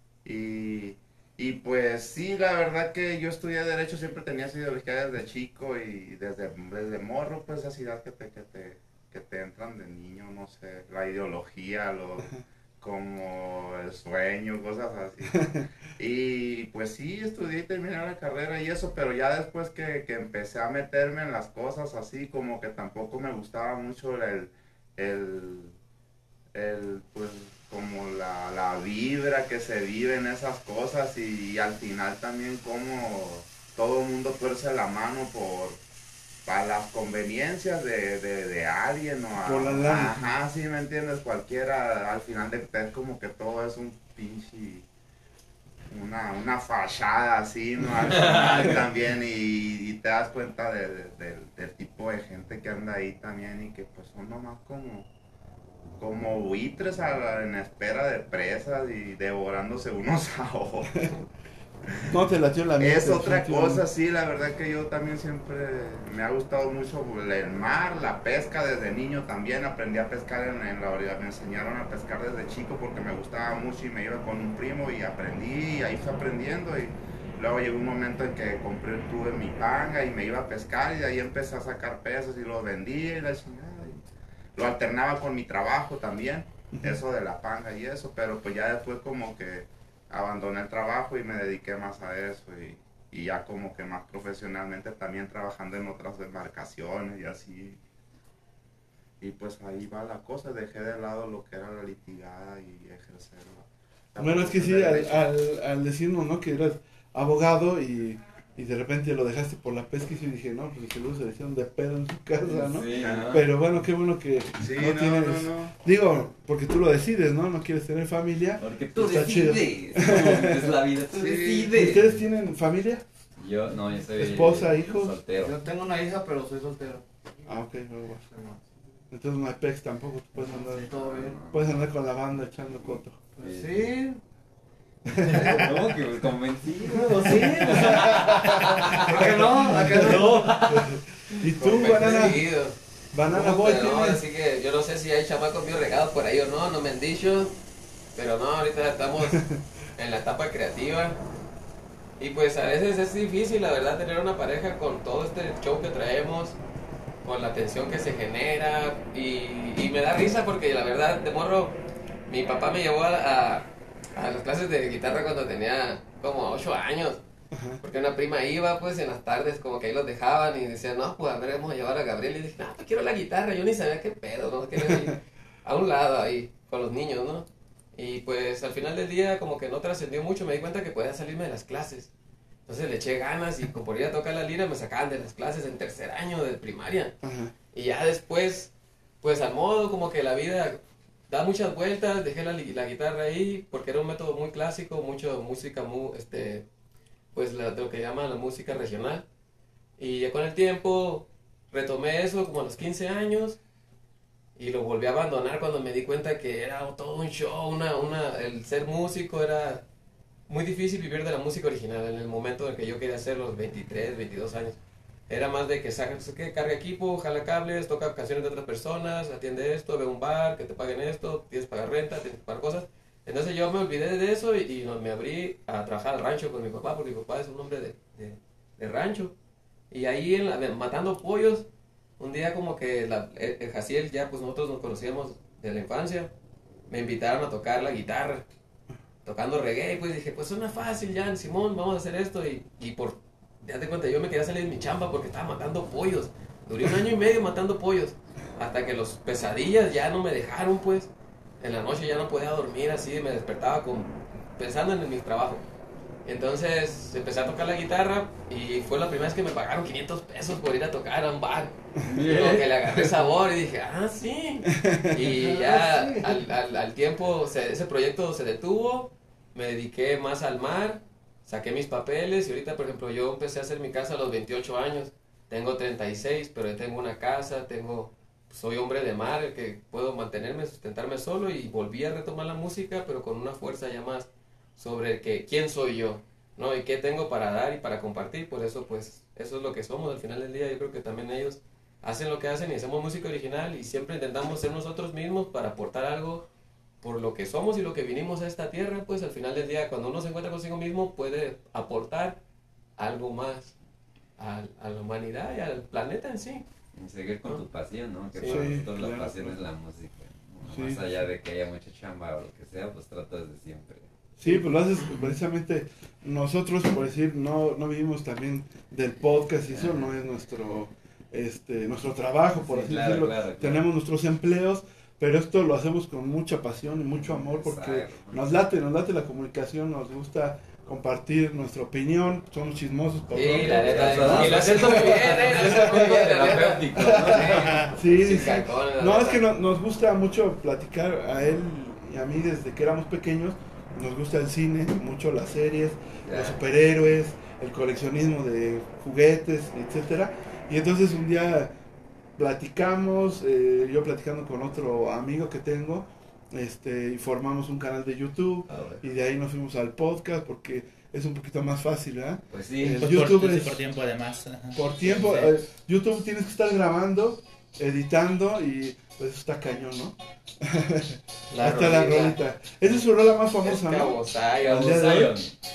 Y pues sí, la verdad que yo estudié Derecho, siempre tenía esa ideología desde chico y desde morro, pues esa idea que te entran de niño, no sé, la ideología, como el sueño, cosas así. Y pues sí, estudié y terminé la carrera y eso, pero ya después que empecé a meterme en las cosas así, como que tampoco me gustaba mucho pues como la vibra que se vive en esas cosas y al final también como todo el mundo tuerce la mano para las conveniencias de alguien o Por la lana. ajá, sí, me entiendes, cualquiera, al final de cuentas como que todo es un pinche una fachada así, ¿no? Al final también y te das cuenta del tipo de gente que anda ahí también y que pues son nomás como buitres en espera de presas y devorándose unos a otros. No te latió la Es mente, otra definitivamente. cosa, sí, la verdad que yo también siempre me ha gustado mucho el mar, la pesca desde niño también, aprendí a pescar en la orilla, me enseñaron a pescar desde chico porque me gustaba mucho y me iba con un primo y aprendí y ahí fui aprendiendo y luego llegó un momento en que tuve mi panga y me iba a pescar y de ahí empecé a sacar peces y los vendía y la chingada. Lo alternaba con mi trabajo también, eso de la panga y eso, pero pues ya después como que abandoné el trabajo y me dediqué más a eso y ya como que más profesionalmente también trabajando en otras embarcaciones y así. Y pues ahí va la cosa, dejé de lado lo que era la litigada y ejercer la Bueno, es que sí, profesión de derecho. al decirnos, ¿no? Que eras abogado y de repente lo dejaste por la pesca y yo dije, no, pues seguro se le hicieron de pedo en su casa, ¿no? Sí, ¿no? Pero bueno, qué bueno que Sí, no tienes... no. Digo, porque tú lo decides, ¿no? No quieres tener familia. Porque tú Está chido. decides. Es la vida, tú Sí. decides. ¿Ustedes tienen familia? Yo soy ¿Esposa, hijos? soltero. Yo tengo una hija, pero soy soltero. Ah, ok, luego. Entonces no hay pex tampoco, tú puedes andar, Todo bien. puedes andar con la banda echando coto. Pues sí. ¿Cómo que convencido? Pues sí. ¿Por qué no? ¿A qué no? ¿Y tú, Banana? Seguido. Banana No, Boy, pero no, tienes? así que yo no sé si hay chamacos bien regados por ahí o no me han dicho. Pero no, ahorita estamos en la etapa creativa. Y pues a veces es difícil, la verdad, tener una pareja con todo este show que traemos, con la tensión que se genera. Y me da risa porque la verdad, de morro, mi papá me llevó a las clases de guitarra cuando tenía como 8 años. Porque una prima iba, pues, en las tardes, como que ahí los dejaban y decían, no, pues, a ver, vamos a llevar a Gabriel. Y dije, no, pues, quiero la guitarra. Yo ni sabía qué pedo, ¿no? Quería ir a un lado ahí, con los niños, ¿no? Y, pues, al final del día, como que no trascendió mucho. Me di cuenta que podía salirme de las clases. Entonces le eché ganas y como por ir a tocar la lira me sacaban de las clases en tercer año de primaria. Ajá. Y ya después, pues, al modo, como que la vida da muchas vueltas. Dejé la guitarra ahí porque era un método muy clásico, mucho música, pues lo que llaman la música regional. Y ya con el tiempo retomé eso como a los 15 años y lo volví a abandonar cuando me di cuenta que era todo un show, el ser músico era muy difícil vivir de la música original en el momento en que yo quería hacer los 23, 22 años. Era más de que carga equipo, jala cables, toca canciones de otras personas, atiende esto, ve a un bar, que te paguen esto, tienes que pagar renta, tienes que pagar cosas. Entonces yo me olvidé de eso y me abrí a trabajar al rancho con mi papá, porque mi papá es un hombre de rancho. Y ahí matando pollos, un día como que el Jaciel, ya pues nosotros nos conocíamos de la infancia, me invitaron a tocar la guitarra, tocando reggae, y pues dije, pues suena fácil ya, Simón, vamos a hacer esto, y por... Date cuenta, yo me quería salir de mi chamba porque estaba matando pollos. Duré 1 año y medio matando pollos. Hasta que los pesadillas ya no me dejaron, pues. En la noche ya no podía dormir así, me despertaba pensando en mi trabajo. Entonces empecé a tocar la guitarra y fue la primera vez que me pagaron 500 pesos por ir a tocar a un bar. Y como que le agarré sabor y dije, sí. Y ya al tiempo ese proyecto se detuvo, me dediqué más al mar. Saqué mis papeles y ahorita, por ejemplo, yo empecé a hacer mi casa a los 28 años. Tengo 36, pero tengo una casa, soy hombre de mar, que puedo mantenerme, sustentarme solo, y volví a retomar la música, pero con una fuerza ya más sobre quién soy yo, ¿no? Y qué tengo para dar y para compartir. Por eso, pues, eso es lo que somos al final del día. Yo creo que también ellos hacen lo que hacen y hacemos música original y siempre intentamos ser nosotros mismos para aportar algo por lo que somos y lo que vinimos a esta tierra. Pues al final del día, cuando uno se encuentra consigo mismo, puede aportar algo más a la humanidad y al planeta en sí. Y seguir con tu pasión, ¿no? Que Sí, para nosotros la claro, pasión claro. es la música, ¿no? Sí. Más allá de que haya mucha chamba o lo que sea, pues tratas de siempre. Sí, pues lo haces precisamente. Nosotros, por decir, no vivimos también del podcast y eso no es nuestro trabajo, por Sí, así claro, decirlo. claro. Tenemos nuestros empleos, pero esto lo hacemos con mucha pasión y mucho amor porque Exacto. nos late la comunicación, nos gusta compartir nuestra opinión, somos chismosos por Sí, pronto. la neta, y lo acepto muy bien, lo acepto muy bien, la neta. Terapéutico, ¿no? Sí. Cacón, la No, neta. es que nos gusta mucho platicar a él y a mí desde que éramos pequeños. Nos gusta el cine, mucho las series, Ya. los superhéroes, el coleccionismo de juguetes, etcétera. Y entonces un día platicamos, yo platicando con otro amigo que tengo, y formamos un canal de YouTube. Y de ahí nos fuimos al podcast porque es un poquito más fácil, ¿verdad? Pues sí. El Pues YouTube por es- tiempo además. Ajá. Por tiempo, Sí. YouTube tienes que estar grabando, editando y pues eso está cañón, ¿no? La Hasta la rolita. rolita. Esa es su rola más famosa, ¿no? Cabo Zion. Al día de hoy.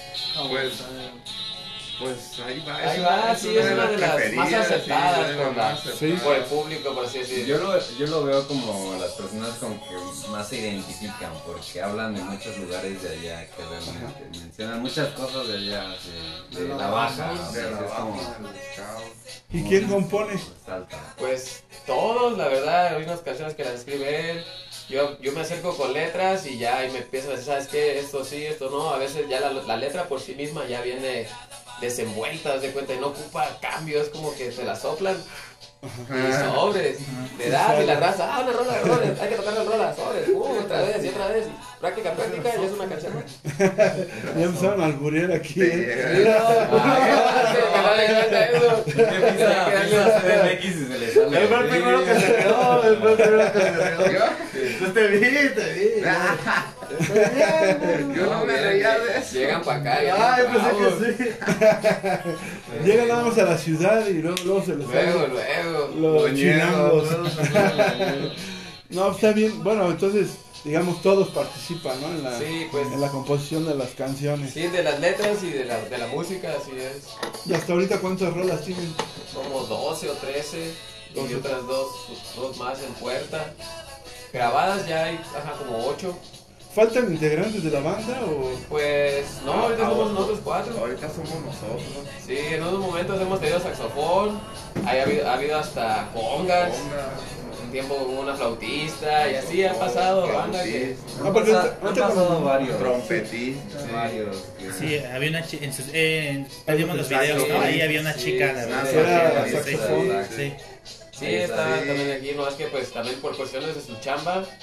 Pues ahí va. Ahí va, sí, es una de las más preferidas, aceptadas sí, de por, las más aceptadas. por el público, por así decirlo. Yo lo veo como las personas con que más se identifican, porque hablan de muchos lugares de allá, que realmente mencionan muchas cosas de allá, de la baja, o De sea, la es como baja, del caos. ¿Y quién compone? salta. Pues todos, la verdad, hay unas canciones que las escribe él. Yo me acerco con letras y ya y me empiezo a decir, ¿sabes qué? Esto sí, esto no. A veces ya la letra por sí misma ya viene desenvuelta, haz de cuenta, y no ocupa cambio, es como que te la soplan y sobres, le das y la raza, una rola, hay que tocar la rola, sobres, otra vez, y práctica, ya es una canción. Ya empezaron a alburear aquí. Sí, ¿eh? Que no le cuenta eso. Empieza CDMX y se le sale. Él fue el primero que se rió, él fue el primero que se rió. Yo te vi. Yo no me reía de eso. Llegan para acá y Ay, bravos. pensé que sí. Llegan nada más a la ciudad y luego se les Luego. los chilangos. Luego. No, está bien. Bueno, entonces, digamos, todos participan, ¿no? En la, Sí, pues. en la composición de las canciones. Sí, de las letras y de la música, así es. ¿Y hasta ahorita cuántas rolas tienen? Como 12 o 13 y 12. otras dos más en puerta. Grabadas ya hay, como 8. ¿Faltan integrantes de la banda o...? Pues no, ahorita somos nosotros 4. Ahorita somos nosotros. Sí, en unos momentos hemos tenido saxofón, ha habido hasta congas, un tiempo hubo una flautista y así ha pasado banda que... Ah, porque Han ahorita pasado como- varios. Trompetistas. Varios. Sí, había una chica, vimos los videos, ¿no? Ahí había una chica, la verdad. Era Sí, saxofón. sí. Sí, está también aquí, no es que pues también por cuestiones de su chamba,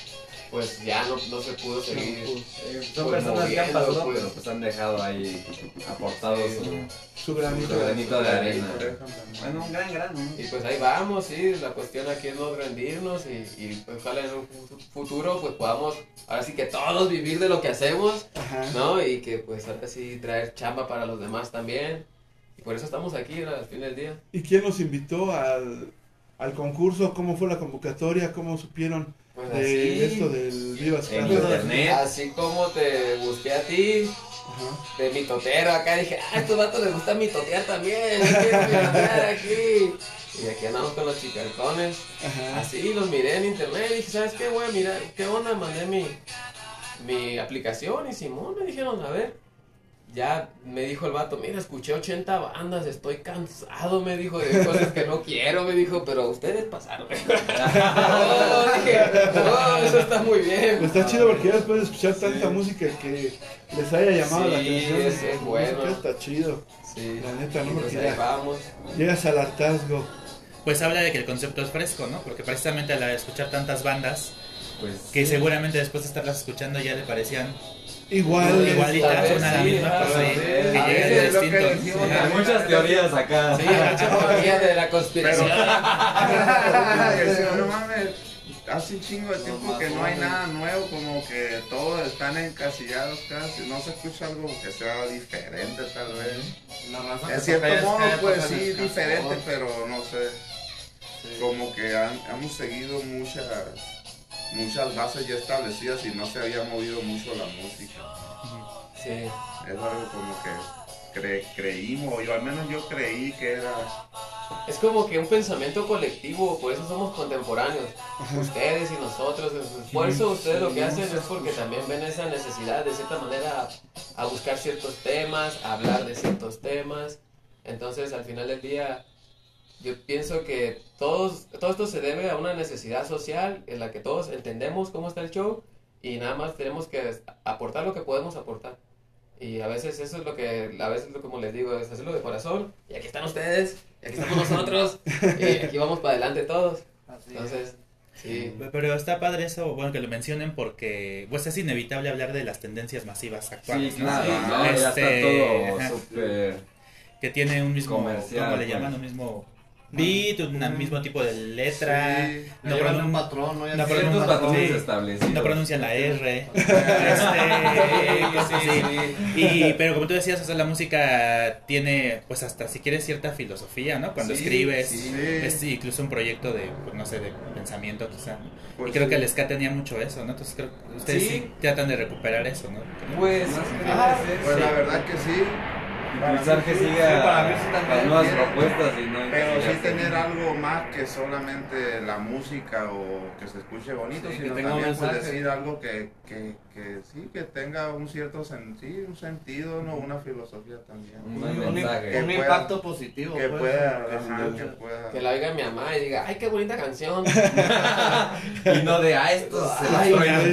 pues ya no se pudo seguir. Son pues, personas que han moviendo, pasado, pues. pero pues han dejado ahí aportado Su granito. su granito de arena. Bueno, Bueno, un gran, ¿no? Y pues ahí vamos, sí, la cuestión aquí es no rendirnos y pues ojalá en un futuro pues podamos, ahora sí que todos vivir de lo que hacemos, Ajá. ¿no? Y que pues ahora sí traer chamba para los demás también. Y por eso estamos aquí al fin del día. ¿Y quién nos invitó al concurso? ¿Cómo fue la convocatoria? ¿Cómo supieron Pues de así, esto del Vivas En Cantas? internet. así como te busqué a ti, Ajá. de mitotero acá, dije, a estos vatos les gusta mitotear también, yo quiero mitotear aquí. Y aquí andamos con los chicarcones. Ajá. Así los miré en internet y dije, ¿sabes qué, güey? Mira, ¿qué onda? Mandé mi aplicación y Simón me dijeron, a ver. Ya me dijo el vato, mira, escuché 80 bandas, estoy cansado, me dijo, de cosas que no quiero, me dijo, pero ustedes pasaron. No, dije, no, eso está muy bien. Está chido porque ya después de escuchar tanta música que les haya llamado Sí, la atención. es bueno. La música está chido. Sí, La neta, ¿no? y pues Porque ahí ya vamos. llegas al hartazgo. Pues habla de que el concepto es fresco, ¿no? Porque precisamente al escuchar tantas bandas, Pues que seguramente después de estarlas escuchando ya le parecían Igualitas, una a la sí, misma, pues sí. ahí, que A llegan veces de es lo que distinto. decimos, Sí. hay muchas teorías acá. Sí, mucha teoría de la conspiración. no mames, hace un chingo de tiempo que no hay nada nuevo, como que todos están encasillados casi, no se escucha algo que sea diferente tal vez. La raza En que cierto toca modo, es que pues tocan sí, el diferente, cajón. pero no sé, como que hemos seguido muchas bases ya establecidas y no se había movido mucho la música. Sí. Es algo como que creímos, yo al menos yo creí que era... Es como que un pensamiento colectivo, por eso somos contemporáneos. Ustedes y nosotros, en su esfuerzo, ustedes lo que hacen es porque también ven esa necesidad de cierta manera a buscar ciertos temas, a hablar de ciertos temas. Entonces, al final del día, yo pienso que todo esto se debe a una necesidad social en la que todos entendemos cómo está el show y nada más tenemos que aportar lo que podemos aportar. Y a veces eso es lo que, como les digo, es hacerlo de corazón. Y aquí están ustedes, y aquí estamos nosotros, y aquí vamos para adelante todos. Así Entonces, sí. Pero está padre eso, bueno, que lo mencionen porque pues es inevitable hablar de las tendencias masivas actuales, Sí, ¿no? claro, Sí, ¿no? Ya está todo ajá, súper que tiene un mismo, comercial, ¿cómo le pues. llaman? Un mismo beat, un mismo tipo de letra, Sí, no, Llevan un pronun- patrón, ¿no? Ya no tienen ciertos un patrón. patrones sí. establecidos. no pronuncian la R, pero como tú decías, o sea, la música tiene, pues hasta si quieres cierta filosofía, ¿no? Cuando Sí, escribes, sí. es incluso un proyecto de, pues no sé, de pensamiento quizá, ¿no? Pues y creo sí. que el ska tenía mucho eso, ¿no? Entonces creo que ustedes sí, Sí. tratan de recuperar eso, ¿no? Pues, Pues la verdad que sí. Impulsar que Sí, siga para mí sí también las nuevas quiere, propuestas y no Pero sí encasillarse. tener algo más que solamente la música o que se escuche bonito, Sí, que sino tenga un también pues, mensaje. decir algo que sí, que tenga un cierto un sentido, ¿no? Una filosofía también. Un buen mensaje. Que Un pueda- impacto positivo. Que pues. pueda, ajá, que pueda. que la oiga mi mamá y diga, ay, qué bonita canción. Y no de estos. Ay,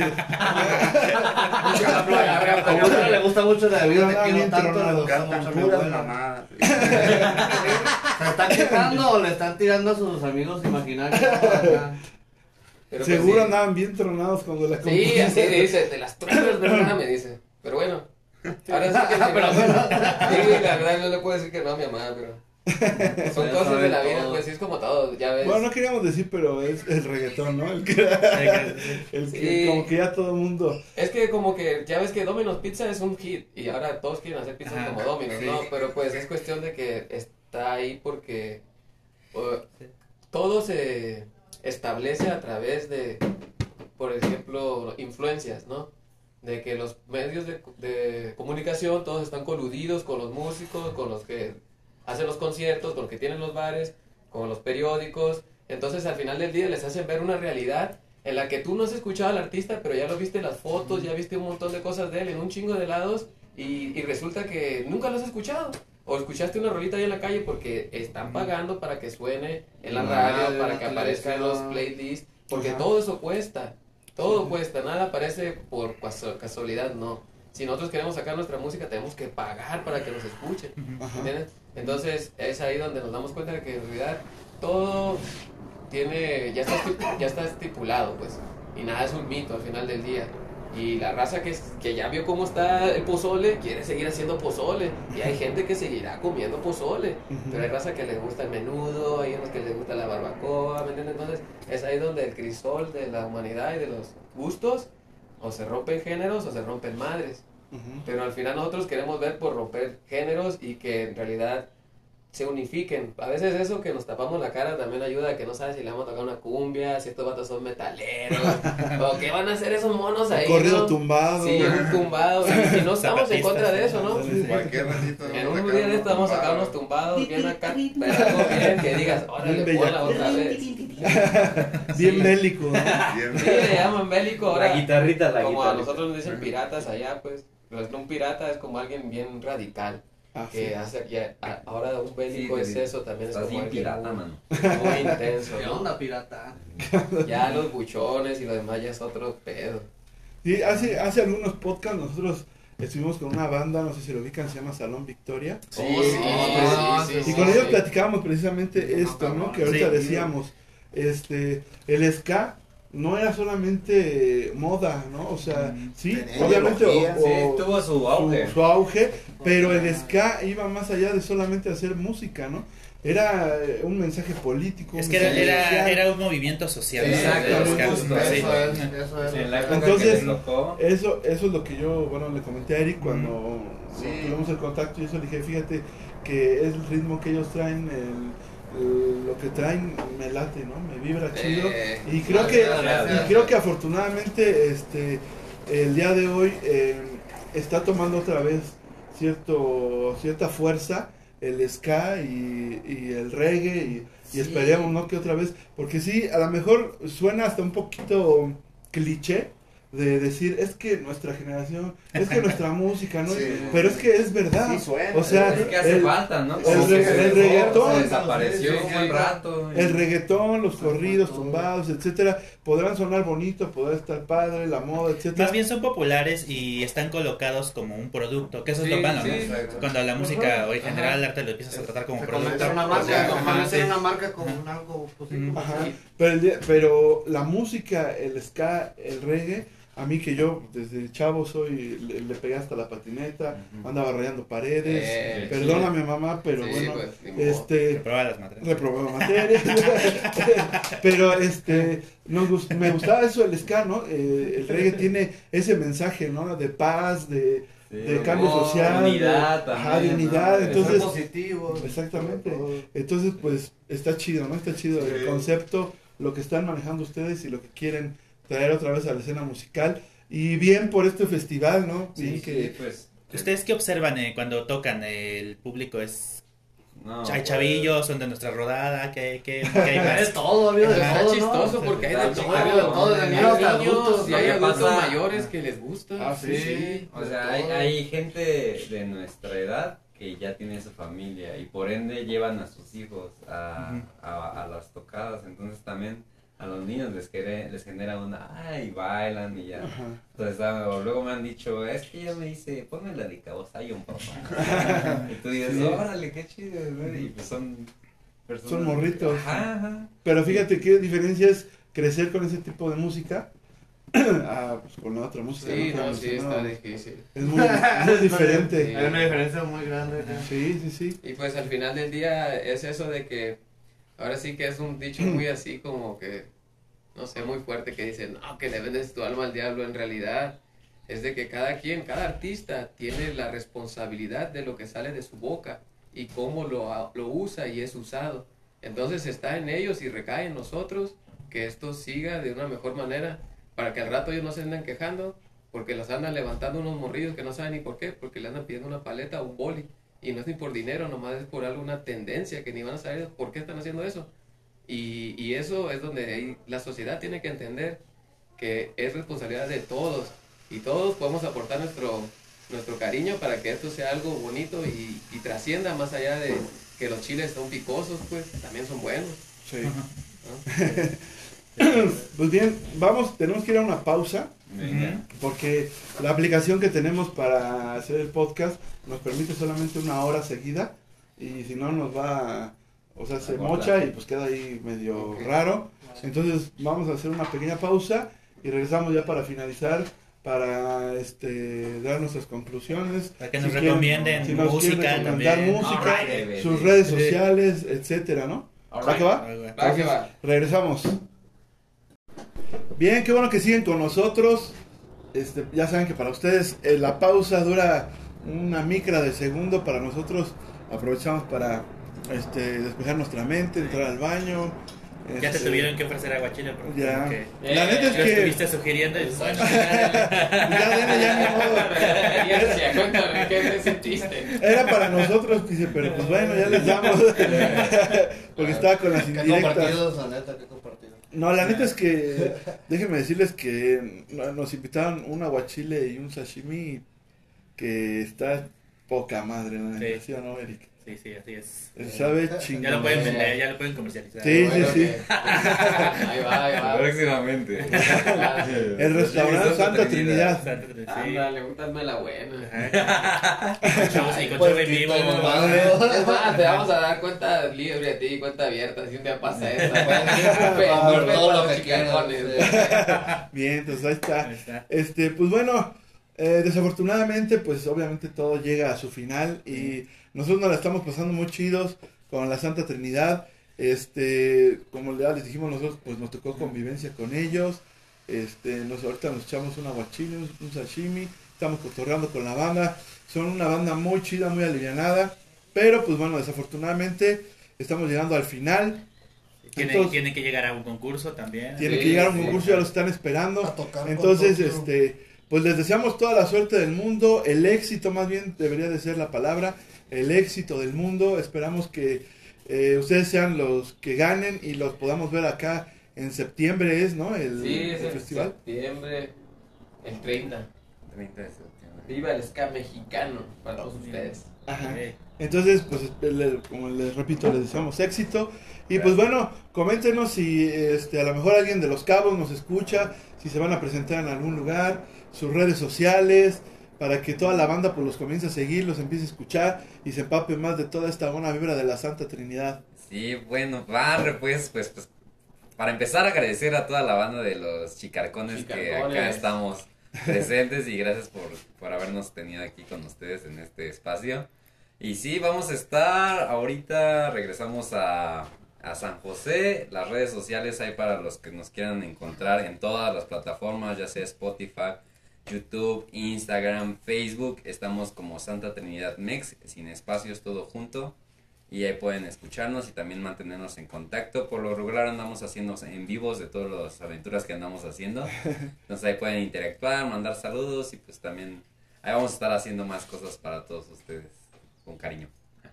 A uno le gusta mucho la vida, te Pero quiero bien tanto, le tronado, gusta Cantan mucho mi puras abuela. mamadas. ¿Se están quejando o le están tirando a sus amigos imaginarios? Pero pues Seguro sí. andaban bien tronados cuando la Sí, compusieron. así dice, de las truenas, ¿verdad? Me dice. Pero bueno, ahora sí que sí, la verdad no le puedo decir que no a mi mamá, pero son Ya cosas de saben la vida, todo. pues sí es como todo, ya ves. Bueno, no queríamos decir, pero es el reggaetón, ¿no? El que Sí. como que ya todo el mundo... Es que como que ya ves que Domino's Pizza es un hit y ahora todos quieren hacer pizzas Ajá, como Domino's, sí. ¿no? Pero pues es cuestión de que está ahí porque todo se establece a través de, por ejemplo, influencias, ¿no? De que los medios de comunicación todos están coludidos con los músicos, con los que hacen los conciertos, con los que tienen los bares, con los periódicos. Entonces al final del día les hacen ver una realidad en la que tú no has escuchado al artista, pero ya lo viste en las fotos, ya viste un montón de cosas de él en un chingo de lados y resulta que nunca lo has escuchado. O escuchaste una rolita ahí en la calle porque están pagando para que suene en la radio, para que aparezca en los playlists, porque Ajá. todo eso cuesta. Todo cuesta, nada aparece por casualidad, no. Si nosotros queremos sacar nuestra música, tenemos que pagar para que nos escuchen, Ajá. ¿entiendes? Entonces, es ahí donde nos damos cuenta de que en realidad todo tiene, ya está estipulado, pues. y nada es un mito al final del día. Y la raza que ya vio cómo está el pozole, quiere seguir haciendo pozole. Y hay gente que seguirá comiendo pozole. Pero hay raza que les gusta el menudo, hay unos que les gusta la barbacoa, ¿me entiendes? Entonces es ahí donde el crisol de la humanidad y de los gustos, o se rompen géneros o se rompen madres. Pero al final nosotros queremos ver por romper géneros y que en realidad se unifiquen. A veces eso que nos tapamos la cara también ayuda a que no sabes si le vamos a tocar una cumbia, si estos vatos son metaleros, o qué van a hacer esos monos ahí, corrido ¿no? tumbado. Sí, un tumbado, y no estamos en contra de eso, ¿no? Cualquier ratito. En un día de esto vamos a sacar unos tumbados bien acá, pero algo bien que digas, órale, ponla otra vez. Bien bélico, ¿no? Sí, le llaman bélico ahora. La guitarrita. Como a nosotros nos dicen piratas allá, pues. Un pirata es como alguien bien radical. Que hace ahora un bélico es eso, también es como bien alguien pirata, mano. muy intenso. ¿Qué ¿no? onda, pirata? Ya los buchones y lo demás ya es otro pedo. Sí, hace algunos podcasts nosotros estuvimos con una banda, no sé si lo ubican, se llama Salón Victoria. Sí, Y con ellos platicábamos precisamente esto, ¿no? Que ahorita decíamos, el ska no era solamente moda, ¿no? O sea, sí, obviamente tuvo su auge. Su auge, pero el ska iba más allá de solamente hacer música, ¿no? Era un mensaje político. Es que era un movimiento social. Exacto. En la época entonces, que les tocó. eso es lo que yo, le comenté a Eric cuando tuvimos el contacto y eso, le dije, fíjate que es el ritmo que ellos traen, lo que traen me late, ¿no? Me vibra chido. Y creo que afortunadamente el día de hoy está tomando otra vez cierta fuerza el ska y el reggae y esperemos, ¿no? Que otra vez, porque sí, a lo mejor suena hasta un poquito cliché de decir, es que nuestra generación, es que nuestra música, ¿no? Sí. Pero es que es verdad. Sí suena. O sea, Es que hace falta, ¿no? el reggaetón, desapareció un buen rato. el reggaetón, los corridos tumbados, etcétera, podrán sonar bonitos, podrá estar padre, la moda, etcétera. Más bien son populares y están colocados como un producto, que eso es lo malo, ¿no? exacto. Cuando la música o en general el arte lo empiezas a tratar como producto. Convencer una marca con algo positivo. Ajá. Pero la música, el ska, el reggae, a mí que yo desde chavo le pegué hasta la patineta, andaba rayando paredes, perdóname mamá, pero Sí, bueno, pues, Reproba las materias. reprobaba materias, pero me gustaba eso el ska, ¿no? El reggae tiene ese mensaje, ¿no? De paz, de cambio social, de unidad de también, unidad, ¿no? entonces positivo. exactamente, entonces pues está chido, ¿no? Está chido el concepto, lo que están manejando ustedes y lo que quieren traer otra vez a la escena musical, y bien por este festival, ¿no? Bien pues. ¿Ustedes qué observan cuando tocan? ¿El público es... No, hay chavillos, son de nuestra rodada? ¿Qué hay más? Es todo, amigo, de Está todo, chistoso ¿no? porque hay de Está todo, chido, de todo, de hay niños hasta niños adultos, y hay lo que adultos pasa- mayores que les gusta. Sí. O sea, hay gente de nuestra edad que ya tiene su familia y por ende llevan a sus hijos a las tocadas, entonces también a los niños les genera y bailan y ya. Entonces luego me han dicho, es que ella me dice, ponme la de Cabosayon, papá. Y tú dices, órale, qué chido, ¿no? Y pues son personas. Son morritos. Ajá. Pero fíjate qué diferencia es crecer con ese tipo de música pues con la otra música. Sí, ¿no? no, sí, está difícil. Es muy diferente. Sí. Hay una diferencia muy grande. Sí. Y pues al final del día es eso de que, ahora sí que es un dicho muy así como que, no sé, muy fuerte que dice, no, que le vendes tu alma al diablo. En realidad es de que cada artista tiene la responsabilidad de lo que sale de su boca y cómo lo usa y es usado. Entonces está en ellos y recae en nosotros que esto siga de una mejor manera para que al rato ellos no se anden quejando porque los andan levantando unos morrillos que no saben ni por qué, porque le andan pidiendo una paleta o un boli. Y no es ni por dinero, nomás es por alguna tendencia que ni van a saber por qué están haciendo eso. Y eso es donde la sociedad tiene que entender que es responsabilidad de todos. Y todos podemos aportar nuestro cariño para que esto sea algo bonito y trascienda más allá de que los chiles son picosos, pues también son buenos. Sí. ¿No? Pues bien, tenemos que ir a una pausa. Venga. Porque la aplicación que tenemos para hacer el podcast nos permite solamente 1 hora seguida y si no nos va, se mocha y pues queda ahí medio raro. Entonces vamos a hacer una pequeña pausa y regresamos ya para finalizar, para dar nuestras conclusiones. Para que nos quieren- recomienden si nos quieren música recomendar también. música, Alright. sus redes sociales, etcétera, ¿no? ¿Va que va? Va que va. Regresamos. Bien, qué bueno que siguen con nosotros. Ya saben que para ustedes la pausa dura una micra de segundo. Para nosotros aprovechamos para despejar nuestra mente, entrar al baño. Ya te tuvieron que ofrecer aguachile porque Ya. como que La neta es lo que estuviste sugiriendo y bueno, ya ni modo. Experiencia, cuéntame, ¿qué te sentiste? Era para nosotros, dice, pero pues bueno, ya les damos. Porque estaba con las ¿Qué indirectas. compartidos, la neta? ¿Qué compartidos? No, la neta es que déjenme decirles que nos invitaron un aguachile y un sashimi que está poca madre, la neta, ¿sí o no, Eric? sí, así es. Sabe Ya chingón. lo pueden vender, ya lo pueden comercializar. Sí, Bueno, sí. que- Ahí va. Próximamente. El restaurante Santa Trinidad. Sí. Ándale, úntame la buena. Y con show en vivo. Es más, te vamos a dar cuenta libre a ti, cuenta abierta, si un día pasa eso. Por todo lo que quieras. Bien, entonces ahí está. Ahí está. Pues bueno, desafortunadamente, pues obviamente todo llega a su final y nosotros nos la estamos pasando muy chidos con la Santa Trinidad. Como ya les dijimos nosotros, pues nos tocó convivencia con ellos. Ahorita nos echamos un aguachile, un sashimi, estamos cotorreando con la banda. Son una banda muy chida, muy alivianada, pero pues bueno, desafortunadamente estamos llegando al final. Entonces- Tiene que llegar a un concurso también. Tiene Sí, que llegar a un sí. concurso, ya lo están esperando. A tocar con Entonces, Tokio. pues les deseamos toda la suerte del mundo, el éxito más bien debería de ser la palabra, el éxito del mundo. Esperamos que ustedes sean los que ganen y los podamos ver acá en septiembre, ¿no? Sí, es el en festival. septiembre, el 30. 30 de septiembre. Viva el ska mexicano para todos ustedes. Ajá. Sí. Entonces, pues como les repito, les deseamos éxito. Y pues bueno, coméntenos si a lo mejor alguien de Los Cabos nos escucha, si se van a presentar en algún lugar, sus redes sociales, para que toda la banda pues los comience a seguir, los empiece a escuchar y se empape más de toda esta buena vibra de la Santa Trinidad. Sí, bueno, pues, para empezar agradecer a toda la banda de los chicarcones que Chicarcones. acá estamos presentes y gracias por habernos tenido aquí con ustedes en este espacio. Y sí, vamos a estar, ahorita regresamos a San José, las redes sociales hay para los que nos quieran encontrar en todas las plataformas, ya sea Spotify, YouTube, Instagram, Facebook, estamos como Santa Trinidad Mex, sin espacios, todo junto. Y ahí pueden escucharnos y también mantenernos en contacto. Por lo regular andamos haciendo en vivos de todas las aventuras que andamos haciendo. Entonces ahí pueden interactuar, mandar saludos y pues también ahí vamos a estar haciendo más cosas para todos ustedes con cariño.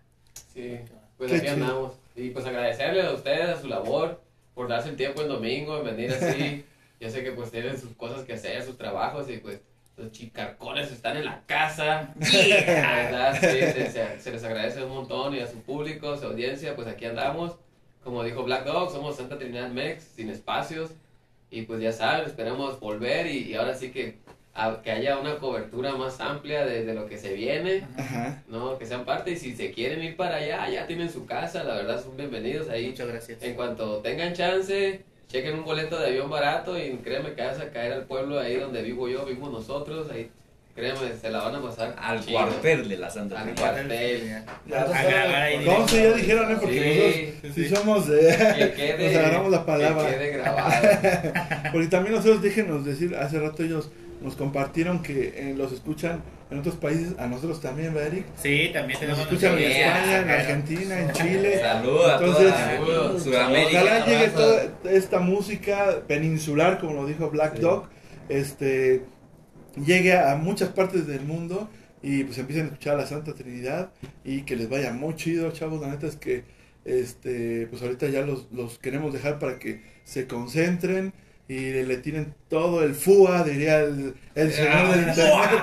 Sí, pues Qué aquí chido. andamos. Y pues agradecerles a ustedes, a su labor, por darse el tiempo en domingo, en venir así. Yo sé que pues tienen sus cosas que hacer, sus trabajos y pues los chicarcones están en la casa. ¿Verdad? Sí, se les agradece un montón y a su público, a su audiencia, pues aquí andamos. Como dijo Black Dog, somos Santa Trinidad Mex, sin espacios. Y pues ya saben, esperamos volver y ahora sí que haya una cobertura más amplia de lo que se viene. Ajá. No, que sean parte y si se quieren ir para allá, ya tienen su casa, la verdad son bienvenidos ahí. Muchas gracias. En cuanto tengan chance, chequen un boleto de avión barato y créeme que vas a caer al pueblo ahí donde vivo yo, vivimos nosotros, ahí créeme, se la van a pasar Al chido. cuartel de la Santa Al Trinidad. cuartel. Ya, A grabar ahí ¿cómo se ya dijeron, porque Sí, nosotros sí. sí somos Que quede, nos agarramos la que palabra. quede grabado. Porque también nosotros, déjenos decir, hace rato ellos nos compartieron que los escuchan en otros países, a nosotros también, ¿verdad, Eric? Sí, también Nos tenemos escuchan en nuestra España, en audiencia. Argentina, en Chile. Saludos a Entonces, toda Sudamérica. Ojalá llegue abrazo. toda esta música peninsular, como lo dijo Black Dog, llegue a muchas partes del mundo y pues empiecen a escuchar a la Santa Trinidad y que les vaya muy chido, chavos. La neta es que pues ahorita ya los queremos dejar para que se concentren y le tiren todo el FUA, diría el señor del internet,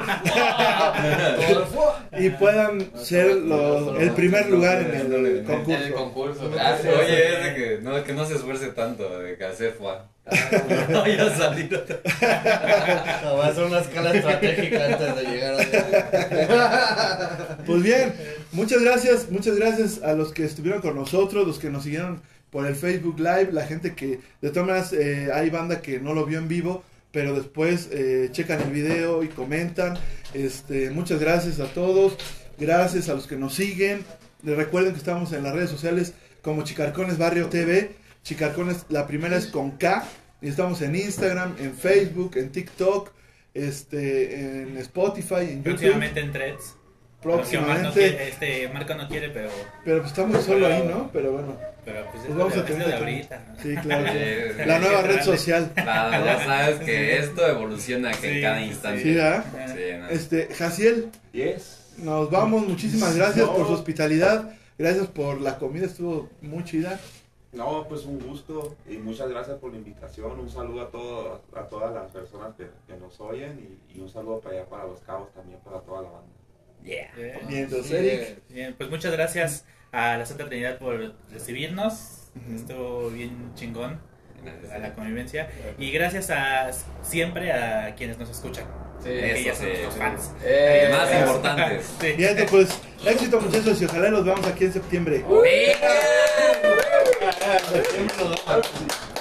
y puedan ser el primer lugar en el En el concurso. concurso, gracias. Oye, es de que no se esfuerce tanto, de que hacer fue. No, ya salí. Va a ser una escala estratégica antes de llegar a... Pues bien, muchas gracias a los que estuvieron con nosotros, los que nos siguieron por el Facebook Live, la gente que, de todas maneras, hay banda que no lo vio en vivo, pero después checan el video y comentan. Muchas gracias a todos, gracias a los que nos siguen. Les recuerden que estamos en las redes sociales como Chicarcones Barrio TV. Chicarcones, la primera es con K, y estamos en Instagram, en Facebook, en TikTok, en Spotify, en YouTube. Próximamente en Threads. Próximamente. Marco no quiere, pero Pero pues está muy solo ahí, ¿no? Pero bueno. Pero pues Pues vamos a es tener lo de que- ahorita, ¿no? Sí, claro. Sí, La nueva sí, red sí. social. Ya sabes que esto evoluciona que en Sí, cada sí, instante. Sí, ¿verdad? Sí, ¿no? Jaciel, Yes. nos vamos. Muchísimas gracias No. por su hospitalidad. Gracias por la comida, estuvo muy chida. No, pues un gusto y muchas gracias por la invitación. Un saludo a todas las personas que nos oyen y un saludo para allá para Los Cabos también, para toda la banda. Yeah. Bien, entonces, Eric. Bien, pues muchas gracias a la Santa Trinidad por recibirnos. Ujú. Estuvo bien chingón Gracias. a la convivencia. Y gracias siempre a quienes nos escuchan. Sí, que ya eso son sí. nuestros fans. Más Gracias. importantes. Sí. Bien, pues éxito muchachos y ojalá los veamos aquí en septiembre. Siempre nos vamos.